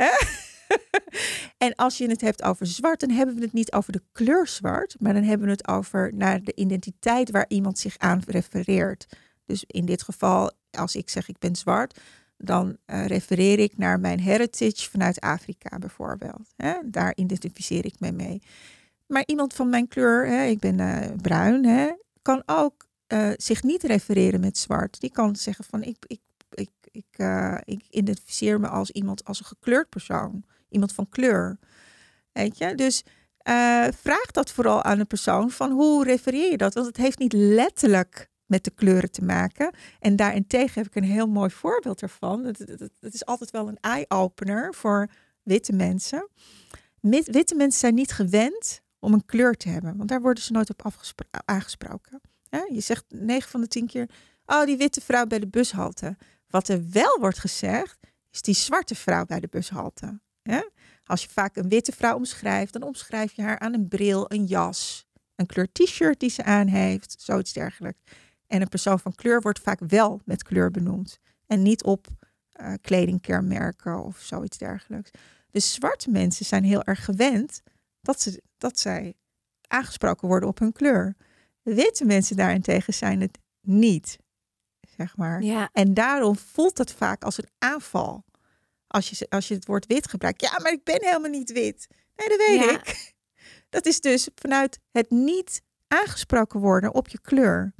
En als je het hebt over zwart, dan hebben we het niet over de kleur zwart. Maar dan hebben we het over naar de identiteit waar iemand zich aan refereert. Dus in dit geval, als ik zeg ik ben zwart, dan uh, refereer ik naar mijn heritage vanuit Afrika bijvoorbeeld. Hè? Daar identificeer ik me mee. Maar iemand van mijn kleur, hè, ik ben uh, bruin, hè, kan ook uh, zich niet refereren met zwart. Die kan zeggen van ik, ik, ik, ik, uh, ik identificeer me als iemand, als een gekleurd persoon. Iemand van kleur. Weet je? Dus uh, vraag dat vooral aan de persoon van hoe refereer je dat? Want het heeft niet letterlijk met de kleuren te maken. En daarentegen heb ik een heel mooi voorbeeld ervan. Het, het, het is altijd wel een eye-opener voor witte mensen. Mit, witte mensen zijn niet gewend om een kleur te hebben. Want daar worden ze nooit op afgespro- aangesproken. Ja, je zegt negen van de tien keer, oh, die witte vrouw bij de bushalte. Wat er wel wordt gezegd, is die zwarte vrouw bij de bushalte. Ja? Als je vaak een witte vrouw omschrijft, dan omschrijf je haar aan een bril, een jas, een kleur t-shirt die ze aan heeft, zoiets dergelijks. En een persoon van kleur wordt vaak wel met kleur benoemd. En niet op uh, kledingkenmerken of zoiets dergelijks. Dus zwarte mensen zijn heel erg gewend dat, ze, dat zij aangesproken worden op hun kleur. Witte mensen daarentegen zijn het niet, zeg maar. Ja. En daarom voelt dat vaak als een aanval. Als je, als je het woord wit gebruikt. Ja, maar ik ben helemaal niet wit. Nee, dat weet ja. ik. Dat is dus vanuit het niet aangesproken worden op je kleur.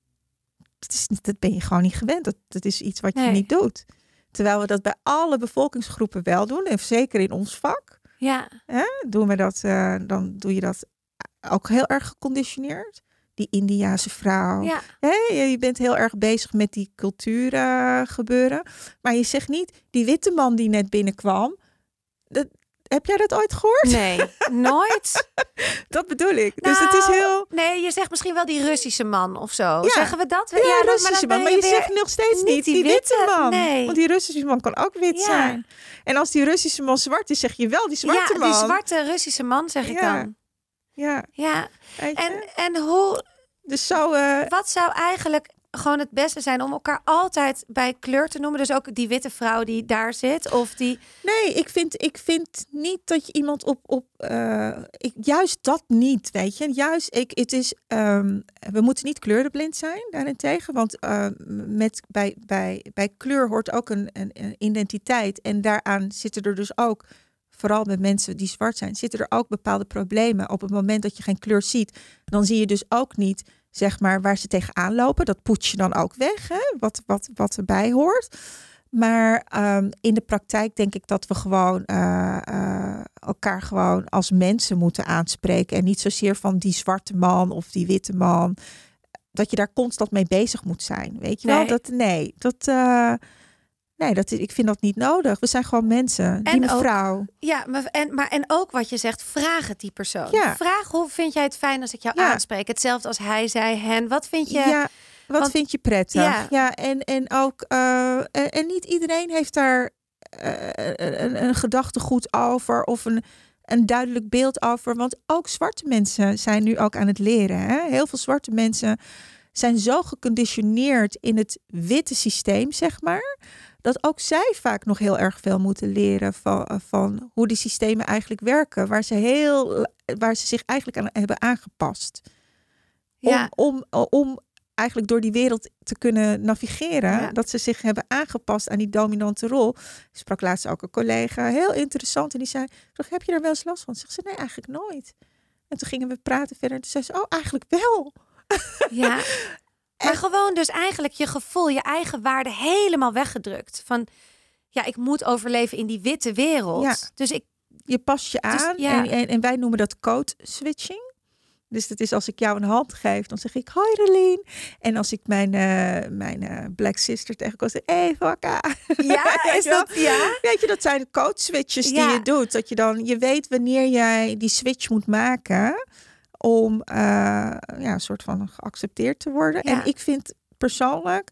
Dat, is, dat ben je gewoon niet gewend. Dat, dat is iets wat je nee. niet doet. Terwijl we dat bij alle bevolkingsgroepen wel doen. En zeker in ons vak. Ja. Hè, doen we dat, uh, dan doe je dat ook heel erg geconditioneerd. Die Indiase vrouw. Ja. Hè, je bent heel erg bezig met die cultuur uh, gebeuren. Maar je zegt niet, die witte man die net binnenkwam. Dat, heb jij dat ooit gehoord? Nee, nooit. Dat bedoel ik. Nou, dus het is heel... Nee, je zegt misschien wel die Russische man of zo. Ja. Zeggen we dat? Ja, ja dan, Russische maar man. Maar je, je zegt nog steeds niet die, die witte, witte man. Nee. Want die Russische man kan ook wit ja. zijn. En als die Russische man zwart is, zeg je wel die zwarte ja, man. Ja, die zwarte Russische man zeg ik ja. dan. Ja. Ja. En, en hoe... Dus zo... Uh... Wat zou eigenlijk... gewoon het beste zijn om elkaar altijd bij kleur te noemen? Dus ook die witte vrouw die daar zit of die... Nee, ik vind, ik vind niet dat je iemand op... op uh, ik, juist dat niet, weet je. Juist, ik, het is, um, we moeten niet kleurenblind zijn daarentegen. Want uh, met, bij, bij, bij kleur hoort ook een, een, een identiteit. En daaraan zitten er dus ook... Vooral met mensen die zwart zijn, zitten er ook bepaalde problemen. Op het moment dat je geen kleur ziet, dan zie je dus ook niet, zeg maar, waar ze tegenaan lopen. Dat poets je dan ook weg, hè? Wat, wat, wat erbij hoort. Maar um, in de praktijk denk ik dat we gewoon uh, uh, elkaar gewoon als mensen moeten aanspreken. En niet zozeer van die zwarte man of die witte man. Dat je daar constant mee bezig moet zijn. Weet je nee. wel? Dat, nee, dat... Uh, Nee, dat is, ik vind dat niet nodig. We zijn gewoon mensen. Die mevrouw. Ook, ja, maar en, maar en ook wat je zegt, vraag het die persoon. Ja. Vraag, hoe vind jij het fijn als ik jou ja. aanspreek? Hetzelfde als hij zei, hen. Wat vind je... Ja, wat Want, vind je prettig? Ja, ja en, en ook... Uh, en, en niet iedereen heeft daar uh, een, een gedachtegoed over... of een, een duidelijk beeld over. Want ook zwarte mensen zijn nu ook aan het leren. Hè? Heel veel zwarte mensen zijn zo geconditioneerd in het witte systeem, zeg maar... dat ook zij vaak nog heel erg veel moeten leren van, van hoe die systemen eigenlijk werken. Waar ze, heel, waar ze zich eigenlijk aan hebben aangepast. Ja. Om, om, om eigenlijk door die wereld te kunnen navigeren. Ja. Dat ze zich hebben aangepast aan die dominante rol. Ik sprak laatst ook een collega, heel interessant. En die zei, heb je daar wel eens last van? Zegt ze, nee, eigenlijk nooit. En toen gingen we praten verder. En toen zei ze, oh, eigenlijk wel. Ja. Maar gewoon dus eigenlijk je gevoel, je eigen waarde helemaal weggedrukt. Van, ja, ik moet overleven in die witte wereld. Ja. Dus ik... Je past je aan dus, ja. en, en, en wij noemen dat code switching. Dus dat is als ik jou een hand geef, dan zeg ik hoi Rolien. En als ik mijn, uh, mijn uh, black sister tegenkom, zeg ik hey Wakka. Ja, is dat, ja? Weet je, dat zijn de code switches ja. die je doet. Dat je dan, je weet wanneer jij die switch moet maken... om uh, ja, een soort van geaccepteerd te worden. Ja. En ik vind persoonlijk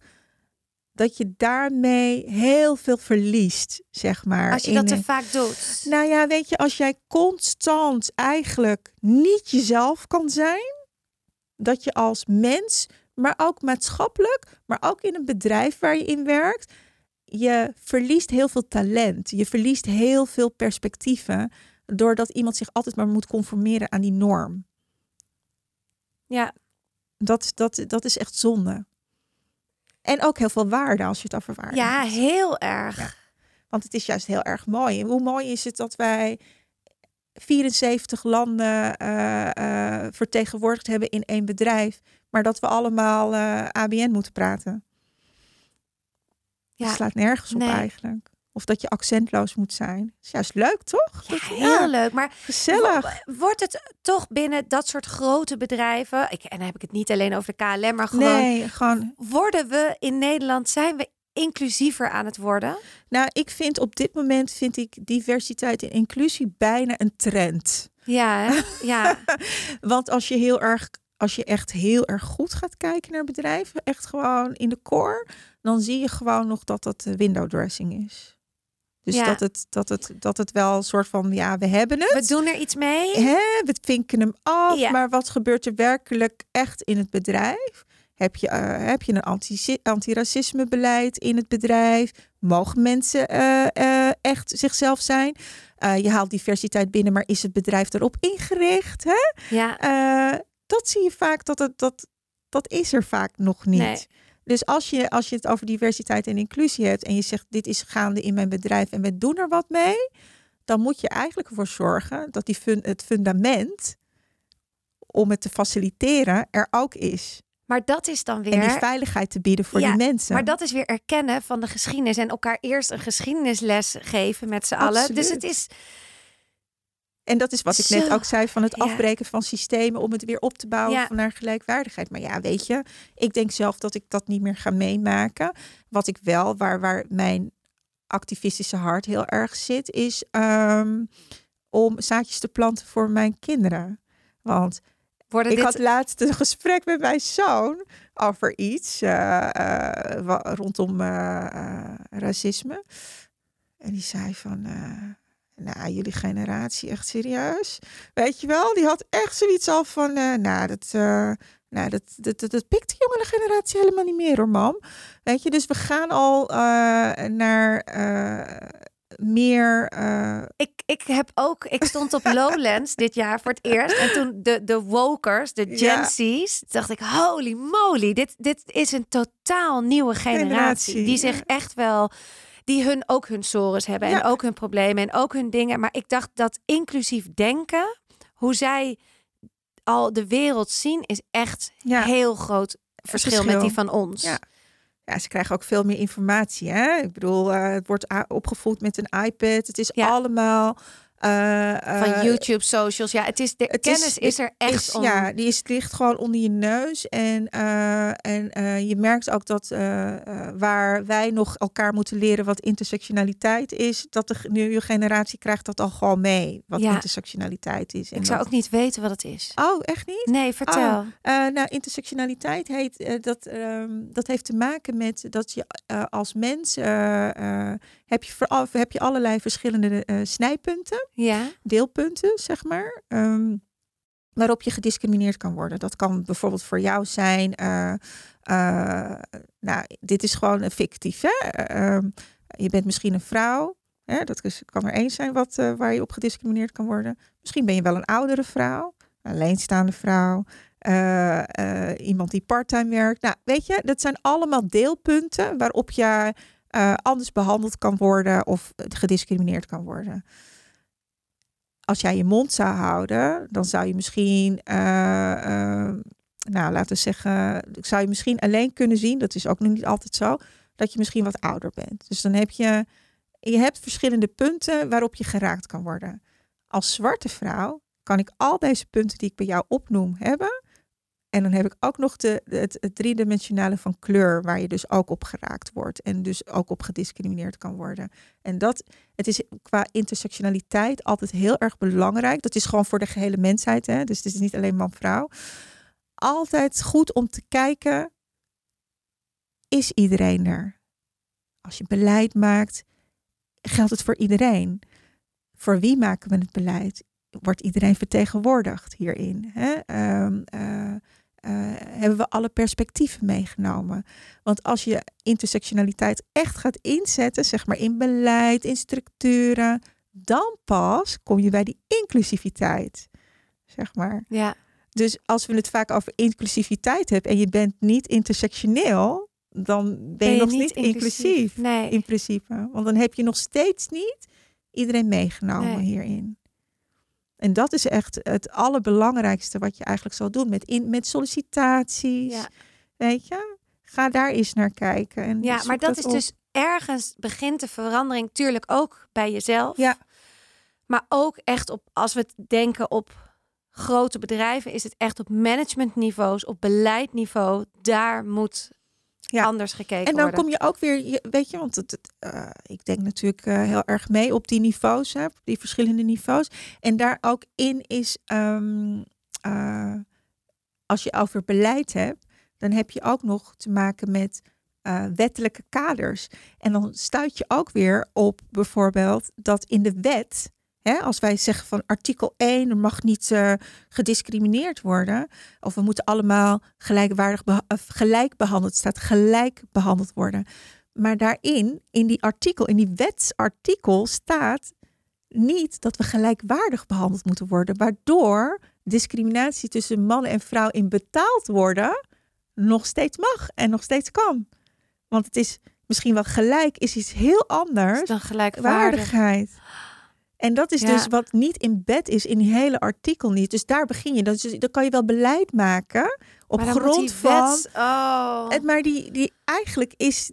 dat je daarmee heel veel verliest, zeg maar. Als je dat te vaak doet. Nou ja, weet je, als jij constant eigenlijk niet jezelf kan zijn, dat je als mens, maar ook maatschappelijk, maar ook in een bedrijf waar je in werkt, je verliest heel veel talent. Je verliest heel veel perspectieven, doordat iemand zich altijd maar moet conformeren aan die norm. Ja. Dat, dat, dat is echt zonde. En ook heel veel waarde als je het over waarde Ja, hebt. heel erg. Ja. Want het is juist heel erg mooi. Hoe mooi is het dat wij vierenzeventig landen uh, uh, vertegenwoordigd hebben in één bedrijf. Maar dat we allemaal uh, A B N moeten praten. Ja. Dat slaat nergens op nee. eigenlijk. Of dat je accentloos moet zijn. Dat is juist leuk, toch? Ja, heel ja. leuk. Maar gezellig. Wordt het toch binnen dat soort grote bedrijven... Ik, en dan heb ik het niet alleen over de K L M, maar gewoon... Nee, gewoon... Worden we in Nederland, zijn we inclusiever aan het worden? Nou, ik vind op dit moment vind ik diversiteit en inclusie bijna een trend. Ja, hè? Ja. Want als je heel erg... Als je echt heel erg goed gaat kijken naar bedrijven, echt gewoon in de core, dan zie je gewoon nog dat dat window dressing is. Dus ja. dat, het, dat, het, dat het wel een soort van, ja, we hebben het. We doen er iets mee. Hè, we vinken hem af, ja. maar wat gebeurt er werkelijk echt in het bedrijf? Heb je, uh, heb je een anti- antiracismebeleid in het bedrijf? Mogen mensen uh, uh, echt zichzelf zijn? Uh, je haalt diversiteit binnen, maar is het bedrijf erop ingericht? Hè? Ja. Uh, dat zie je vaak, dat, het, dat, dat is er vaak nog niet. Nee. Dus als je, als je het over diversiteit en inclusie hebt en je zegt dit is gaande in mijn bedrijf en we doen er wat mee, dan moet je eigenlijk ervoor zorgen dat die fun- het fundament om het te faciliteren er ook is. Maar dat is dan weer... En die veiligheid te bieden voor ja, die mensen. Maar dat is weer erkennen van de geschiedenis en elkaar eerst een geschiedenisles geven met z'n allen. Dus het is... En dat is wat ik Zo, net ook zei van het ja. afbreken van systemen om het weer op te bouwen ja. naar gelijkwaardigheid. Maar ja, weet je, ik denk zelf dat ik dat niet meer ga meemaken. Wat ik wel, waar, waar mijn activistische hart heel erg zit, is um, om zaadjes te planten voor mijn kinderen. Want Worden ik dit... had laatst een gesprek met mijn zoon over iets uh, uh, rondom uh, uh, racisme. En die zei van... Uh, Nou, jullie generatie, echt serieus? Weet je wel, die had echt zoiets al van... Uh, nou, dat, uh, Nou, dat, dat, dat, dat pikt de jongere generatie helemaal niet meer hoor, mam. Weet je, dus we gaan al uh, naar uh, meer... Uh... Ik, ik heb ook, ik stond op Lowlands dit jaar voor het eerst. En toen de, de wokers, de Gen Ja. Z's, dacht ik, holy moly, dit, dit is een totaal nieuwe generatie. Generatie, die ja. zich echt wel, die hun ook hun sores hebben. Ja. En ook hun problemen en ook hun dingen. Maar ik dacht dat inclusief denken, hoe zij al de wereld zien, is echt Ja. heel groot verschil, verschil. met die van ons. Ja. Ja, ze krijgen ook veel meer informatie. Hè? Ik bedoel, uh, het wordt a- opgevoed met een iPad. Het is Ja. allemaal... Uh, uh, Van YouTube, socials. Ja, het is de het kennis is, is, er echt is, om. Ja, die is, ligt gewoon onder je neus. En, uh, en uh, je merkt ook dat uh, uh, waar wij nog elkaar moeten leren wat intersectionaliteit is, dat de nieuwe generatie krijgt dat al gewoon mee. Wat Ja. intersectionaliteit is. En Ik zou dat... ook niet weten wat het is. Oh, echt niet? Nee, vertel. Oh, uh, nou, intersectionaliteit heet, uh, dat, um, dat heeft te maken met dat je uh, als mens uh, uh, heb, je vooral, heb je allerlei verschillende uh, snijpunten, Ja. deelpunten, zeg maar, um, waarop je gediscrimineerd kan worden. Dat kan bijvoorbeeld voor jou zijn, uh, uh, nou, dit is gewoon fictief, hè? Uh, um, je bent misschien een vrouw. Hè? Dat is, kan er één zijn wat, uh, waar je op gediscrimineerd kan worden. Misschien ben je wel een oudere vrouw, een alleenstaande vrouw. Uh, uh, iemand die parttime werkt. Nou, weet je, dat zijn allemaal deelpunten waarop je uh, anders behandeld kan worden of gediscrimineerd kan worden. Als jij je mond zou houden, dan zou je misschien, uh, uh, nou, laten we zeggen, zou je misschien alleen kunnen zien, dat is ook nog niet altijd zo, dat je misschien wat ouder bent. Dus dan heb je, je hebt verschillende punten waarop je geraakt kan worden. Als zwarte vrouw kan ik al deze punten die ik bij jou opnoem hebben. En dan heb ik ook nog de, de, het, het driedimensionale van kleur, waar je dus ook op geraakt wordt. En dus ook op gediscrimineerd kan worden. En dat, het is qua intersectionaliteit altijd heel erg belangrijk. Dat is gewoon voor de gehele mensheid, hè? Dus het is niet alleen man-vrouw. Altijd goed om te kijken, is iedereen er? Als je beleid maakt, geldt het voor iedereen. Voor wie maken we het beleid? Wordt iedereen vertegenwoordigd hierin? Hè? Um, uh, uh, hebben we alle perspectieven meegenomen? Want als je intersectionaliteit echt gaat inzetten, zeg maar in beleid, in structuren, dan pas kom je bij die inclusiviteit, zeg maar. Ja. Dus als we het vaak over inclusiviteit hebben en je bent niet intersectioneel, dan ben, ben je, je nog niet, niet inclusief, inclusief nee. in principe. Want dan heb je nog steeds niet iedereen meegenomen nee. hierin. En dat is echt het allerbelangrijkste wat je eigenlijk zal doen. Met, in, met sollicitaties. Ja. Weet je? Ga daar eens naar kijken. En ja, maar dat, dat is op. dus ergens begint de verandering. Tuurlijk ook bij jezelf. Ja. Maar ook echt op, als we het denken op grote bedrijven, is het echt op managementniveaus, op beleidniveau. Daar moet ja. anders gekeken worden. En dan worden. Kom je ook weer, weet je, want het, uh, ik denk natuurlijk uh, heel erg mee op die niveaus, hè, die verschillende niveaus. En daar ook in is, um, uh, als je over beleid hebt, dan heb je ook nog te maken met uh, wettelijke kaders. En dan stuit je ook weer op bijvoorbeeld dat in de wet, hè, als wij zeggen van artikel één, er mag niet uh, gediscrimineerd worden. Of we moeten allemaal gelijkwaardig beha- gelijk behandeld, staat gelijk behandeld worden. Maar daarin, in die artikel, in die wetsartikel staat niet dat we gelijkwaardig behandeld moeten worden. Waardoor discriminatie tussen mannen en vrouw in betaald worden nog steeds mag en nog steeds kan. Want het is misschien wel gelijk, is iets heel anders dan gelijkwaardigheid. En dat is ja. dus wat niet in bed is in die hele artikel niet. Dus daar begin je. Dus dan kan je wel beleid maken op maar grond van. Wet, oh. het, maar die, die eigenlijk is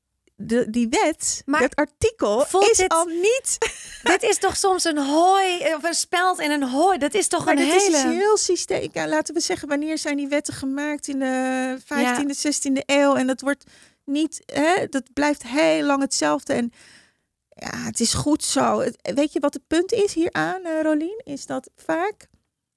de, die wet, maar dat artikel is dit, al niet. Dit is toch soms een hooi of een speld in een hooi. Dat is toch maar een dit hele. Is heel systeem. Ja, laten we zeggen, wanneer zijn die wetten gemaakt in de vijftiende, ja. zestiende eeuw en dat wordt niet. Hè, dat blijft heel lang hetzelfde en. Ja, het is goed zo. Weet je wat het punt is hieraan, uh, Rolien? Is dat vaak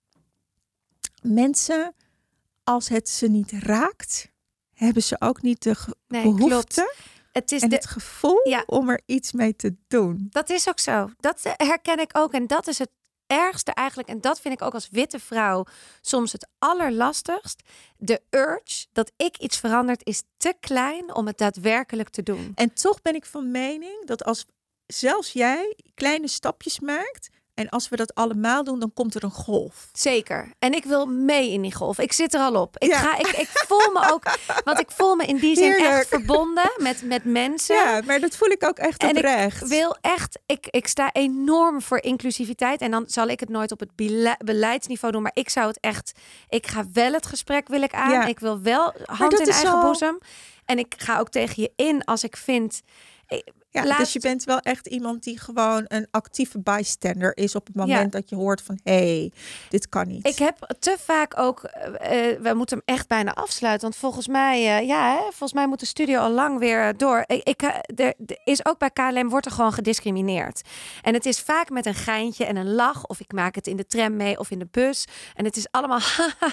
mensen, als het ze niet raakt, hebben ze ook niet de ge- nee, behoefte klopt. Het is en de... het gevoel ja. om er iets mee te doen. Dat is ook zo. Dat herken ik ook. En dat is het ergste eigenlijk, en dat vind ik ook als witte vrouw soms het allerlastigst. De urge dat ik iets verandert is te klein om het daadwerkelijk te doen. En toch ben ik van mening dat als zelfs jij kleine stapjes maakt... en als we dat allemaal doen, dan komt er een golf. Zeker. En ik wil mee in die golf. Ik zit er al op. Ik, Ja. ga, ik, ik voel me ook... Want ik voel me in die zin Heerlijk. echt verbonden met, met mensen. Ja, maar dat voel ik ook echt En oprecht. ik wil echt... Ik, ik sta enorm voor inclusiviteit. En dan zal ik het nooit op het bele- beleidsniveau doen. Maar ik zou het echt... Ik ga wel het gesprek wil ik aan. Ja. Ik wil wel hand dat in is eigen al- boezem. En ik ga ook tegen je in als ik vind... Ja, Laatst- dus je bent wel echt iemand die gewoon een actieve bystander is op het moment Ja. dat je hoort van hé, hey, dit kan niet. Ik heb te vaak ook, uh, we moeten hem echt bijna afsluiten, want volgens mij, uh, ja, hè, volgens mij moet de studio al lang weer door. Ik, ik, uh, er, er is ook bij K L M wordt er gewoon gediscrimineerd. En het is vaak met een geintje en een lach, of ik maak het in de tram mee of in de bus. En het is allemaal,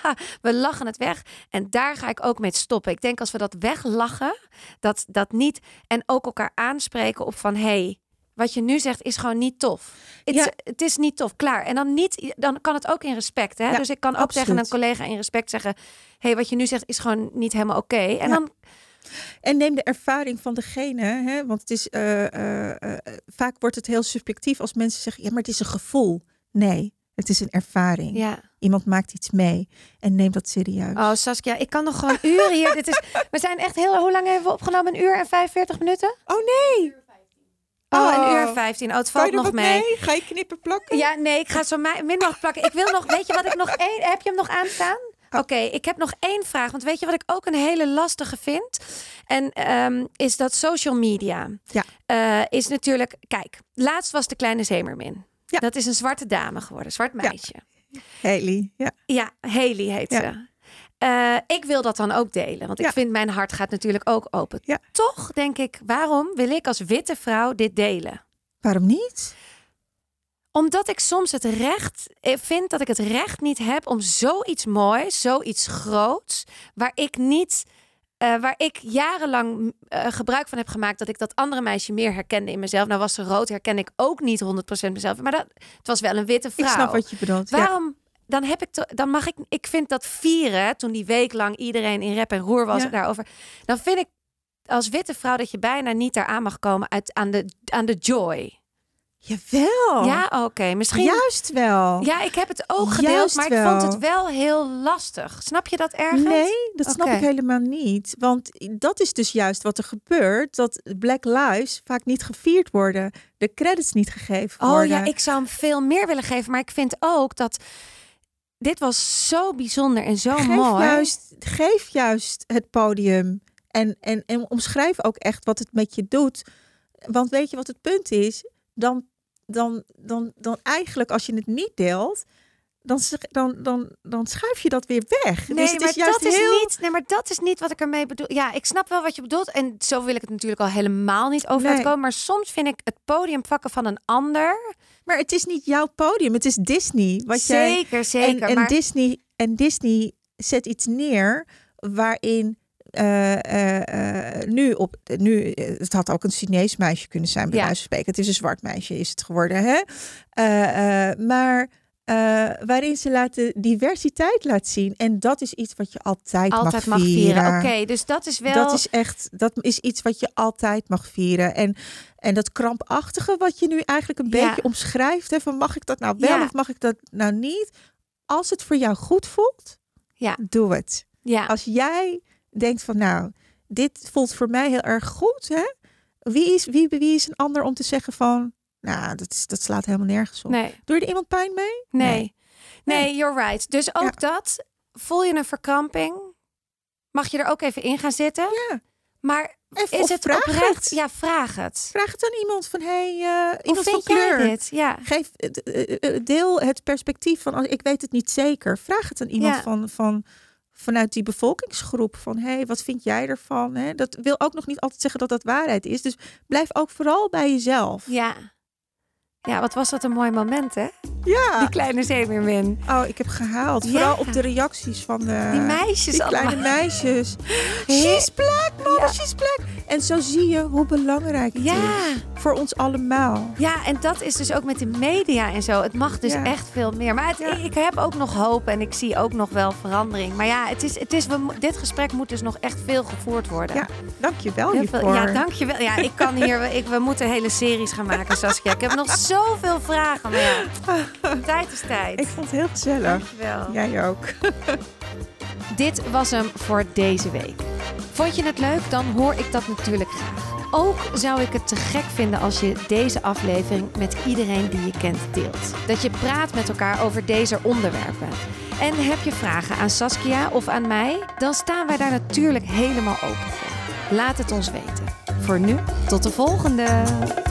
we lachen het weg. En daar ga ik ook mee stoppen. Ik denk als we dat weglachen, dat dat niet, en ook elkaar aanspreken op van, hey, wat je nu zegt is gewoon niet tof. Het, Ja. is, het is niet tof, klaar. En dan niet, dan kan het ook in respect. Hè? Ja, dus ik kan ook absoluut. tegen een collega in respect zeggen, hey, wat je nu zegt is gewoon niet helemaal oké. En Ja. dan, En neem de ervaring van degene, hè? Want het is uh, uh, uh, vaak wordt het heel subjectief als mensen zeggen, ja, maar het is een gevoel. Nee, het is een ervaring. ja. Iemand maakt iets mee en neem dat serieus. Oh, Saskia, ik kan nog gewoon uren hier. Dit is, we zijn echt heel, hoe lang hebben we opgenomen? Een uur en vijfenveertig minuten? Oh nee! Oh, een Oh. uur en vijftien. Oh, het Kan valt je er nog wat mee. mee? Ga je knippen plakken? Ja, nee, ik ga zo mi- min mogelijk plakken. Ik wil nog, weet je wat ik nog één, heb je hem nog aanstaan? Oh. Oké, ik heb nog één vraag. Want weet je wat ik ook een hele lastige vind? En ehm, is dat social media. Ja. Eh, is natuurlijk, kijk, laatst was de kleine Zeemermin. Ja. Dat is een zwarte dame geworden, zwart meisje. Haley, ja. Ja, Haley heet Ja. ze. Eh, ik wil dat dan ook delen, want ik Ja. vind mijn hart gaat natuurlijk ook open. Ja. Toch denk ik, waarom wil ik als witte vrouw dit delen? Waarom niet? Omdat ik soms het recht ik vind dat ik het recht niet heb om zoiets moois, zoiets groots, waar ik niet, uh, waar ik jarenlang uh, gebruik van heb gemaakt, dat ik dat andere meisje meer herkende in mezelf. Nou was ze rood, herkende ik ook niet honderd procent mezelf, maar dat, het was wel een witte vrouw. Ik snap wat je bedoelt. Ja. Waarom? Dan heb ik, to, dan mag ik, ik vind dat vieren, toen die week lang iedereen in rep en roer was Ja. daarover, dan vind ik als witte vrouw dat je bijna niet daaraan mag komen uit, aan, de, aan de joy. Jawel. Ja, oké. Okay. Misschien. Juist wel. Ja, ik heb het ook gedeeld, Juist maar ik wel. vond het wel heel lastig. Snap je dat ergens? Nee, dat snap Oké. ik helemaal niet. Want dat is dus juist wat er gebeurt. Dat Black Lives vaak niet gevierd worden. De credits niet gegeven Oh worden. ja, ik zou hem veel meer willen geven. Maar ik vind ook dat dit was zo bijzonder en zo geef mooi. Juist, geef juist het podium. En, en, en omschrijf ook echt wat het met je doet. Want weet je wat het punt is? Dan, dan, dan, dan eigenlijk als je het niet deelt, dan, dan, dan, dan schuif je dat weer weg. Nee, dus het maar is juist dat is heel... niet. Nee, maar dat is niet wat ik ermee bedoel. Ja, ik snap wel wat je bedoelt. En zo wil ik het natuurlijk al helemaal niet over Nee. laten komen. Maar soms vind ik het podium pakken van een ander. Maar het is niet jouw podium, het is Disney. Wat Zeker, jij... zeker. En, en, maar... Disney, en Disney zet iets neer waarin uh, uh, uh, nu op nu het had ook een Chinees meisje kunnen zijn bij Ja. wijze van spreken. Het is een zwart meisje is het geworden, hè? Uh, uh, maar Uh, waarin ze laten diversiteit laat zien. En dat is iets wat je altijd, altijd mag vieren. mag vieren. Oké, okay, dus dat is wel... Dat is echt, dat is iets wat je altijd mag vieren. En, en dat krampachtige wat je nu eigenlijk een Ja. beetje omschrijft. Hè, van mag ik dat nou wel Ja. of mag ik dat nou niet? Als het voor jou goed voelt, Ja. doe het. Ja. Als jij denkt van nou, dit voelt voor mij heel erg goed. Hè? Wie, is, wie, wie is een ander om te zeggen van... Nou, dat, is, dat slaat helemaal nergens op. Nee. Doe je er iemand pijn mee? Nee. Nee, Nee, you're right. Dus ook Ja. dat, voel je een verkramping, mag je er ook even in gaan zitten. Ja. Maar En, is of het vraag oprecht? het. Ja, vraag het. Vraag het aan iemand van, hey, uh, Hoe iemand van vind kleur. jij dit? Ja. Geef, uh, uh, deel het perspectief van, ik weet het niet zeker. Vraag het aan iemand Ja. van, van, vanuit die bevolkingsgroep. Van, hey, wat vind jij ervan? Hè? Dat wil ook nog niet altijd zeggen dat dat waarheid is. Dus blijf ook vooral bij jezelf. Ja. Ja, wat was dat een mooi moment, hè? Ja. Die kleine zeemeermin. Oh, ik heb gehaald. Ja. Vooral op de reacties van de Die meisjes die kleine allemaal. meisjes. She's black, mama, Ja. she's black. En zo zie je hoe belangrijk het Ja. is. Voor ons allemaal. Ja, en dat is dus ook met de media en zo. Het mag dus Ja. echt veel meer. Maar het, Ja. ik heb ook nog hoop en ik zie ook nog wel verandering. Maar ja, het is, het is, we, mo- dit gesprek moet dus nog echt veel gevoerd worden. Ja, dank je wel Heel hiervoor. veel, ja, dankjewel. Ja, ik kan hier, ik, we moeten hele series gaan maken, Saskia. Ik heb nog zoveel vragen, maar ja, tijd is tijd. Ik vond het heel gezellig. Dankjewel. Jij ook. Dit was hem voor deze week. Vond je het leuk? Dan hoor ik dat natuurlijk graag. Ook zou ik het te gek vinden als je deze aflevering met iedereen die je kent deelt. Dat je praat met elkaar over deze onderwerpen. En heb je vragen aan Saskia of aan mij? Dan staan wij daar natuurlijk helemaal open voor. Laat het ons weten. Voor nu, tot de volgende!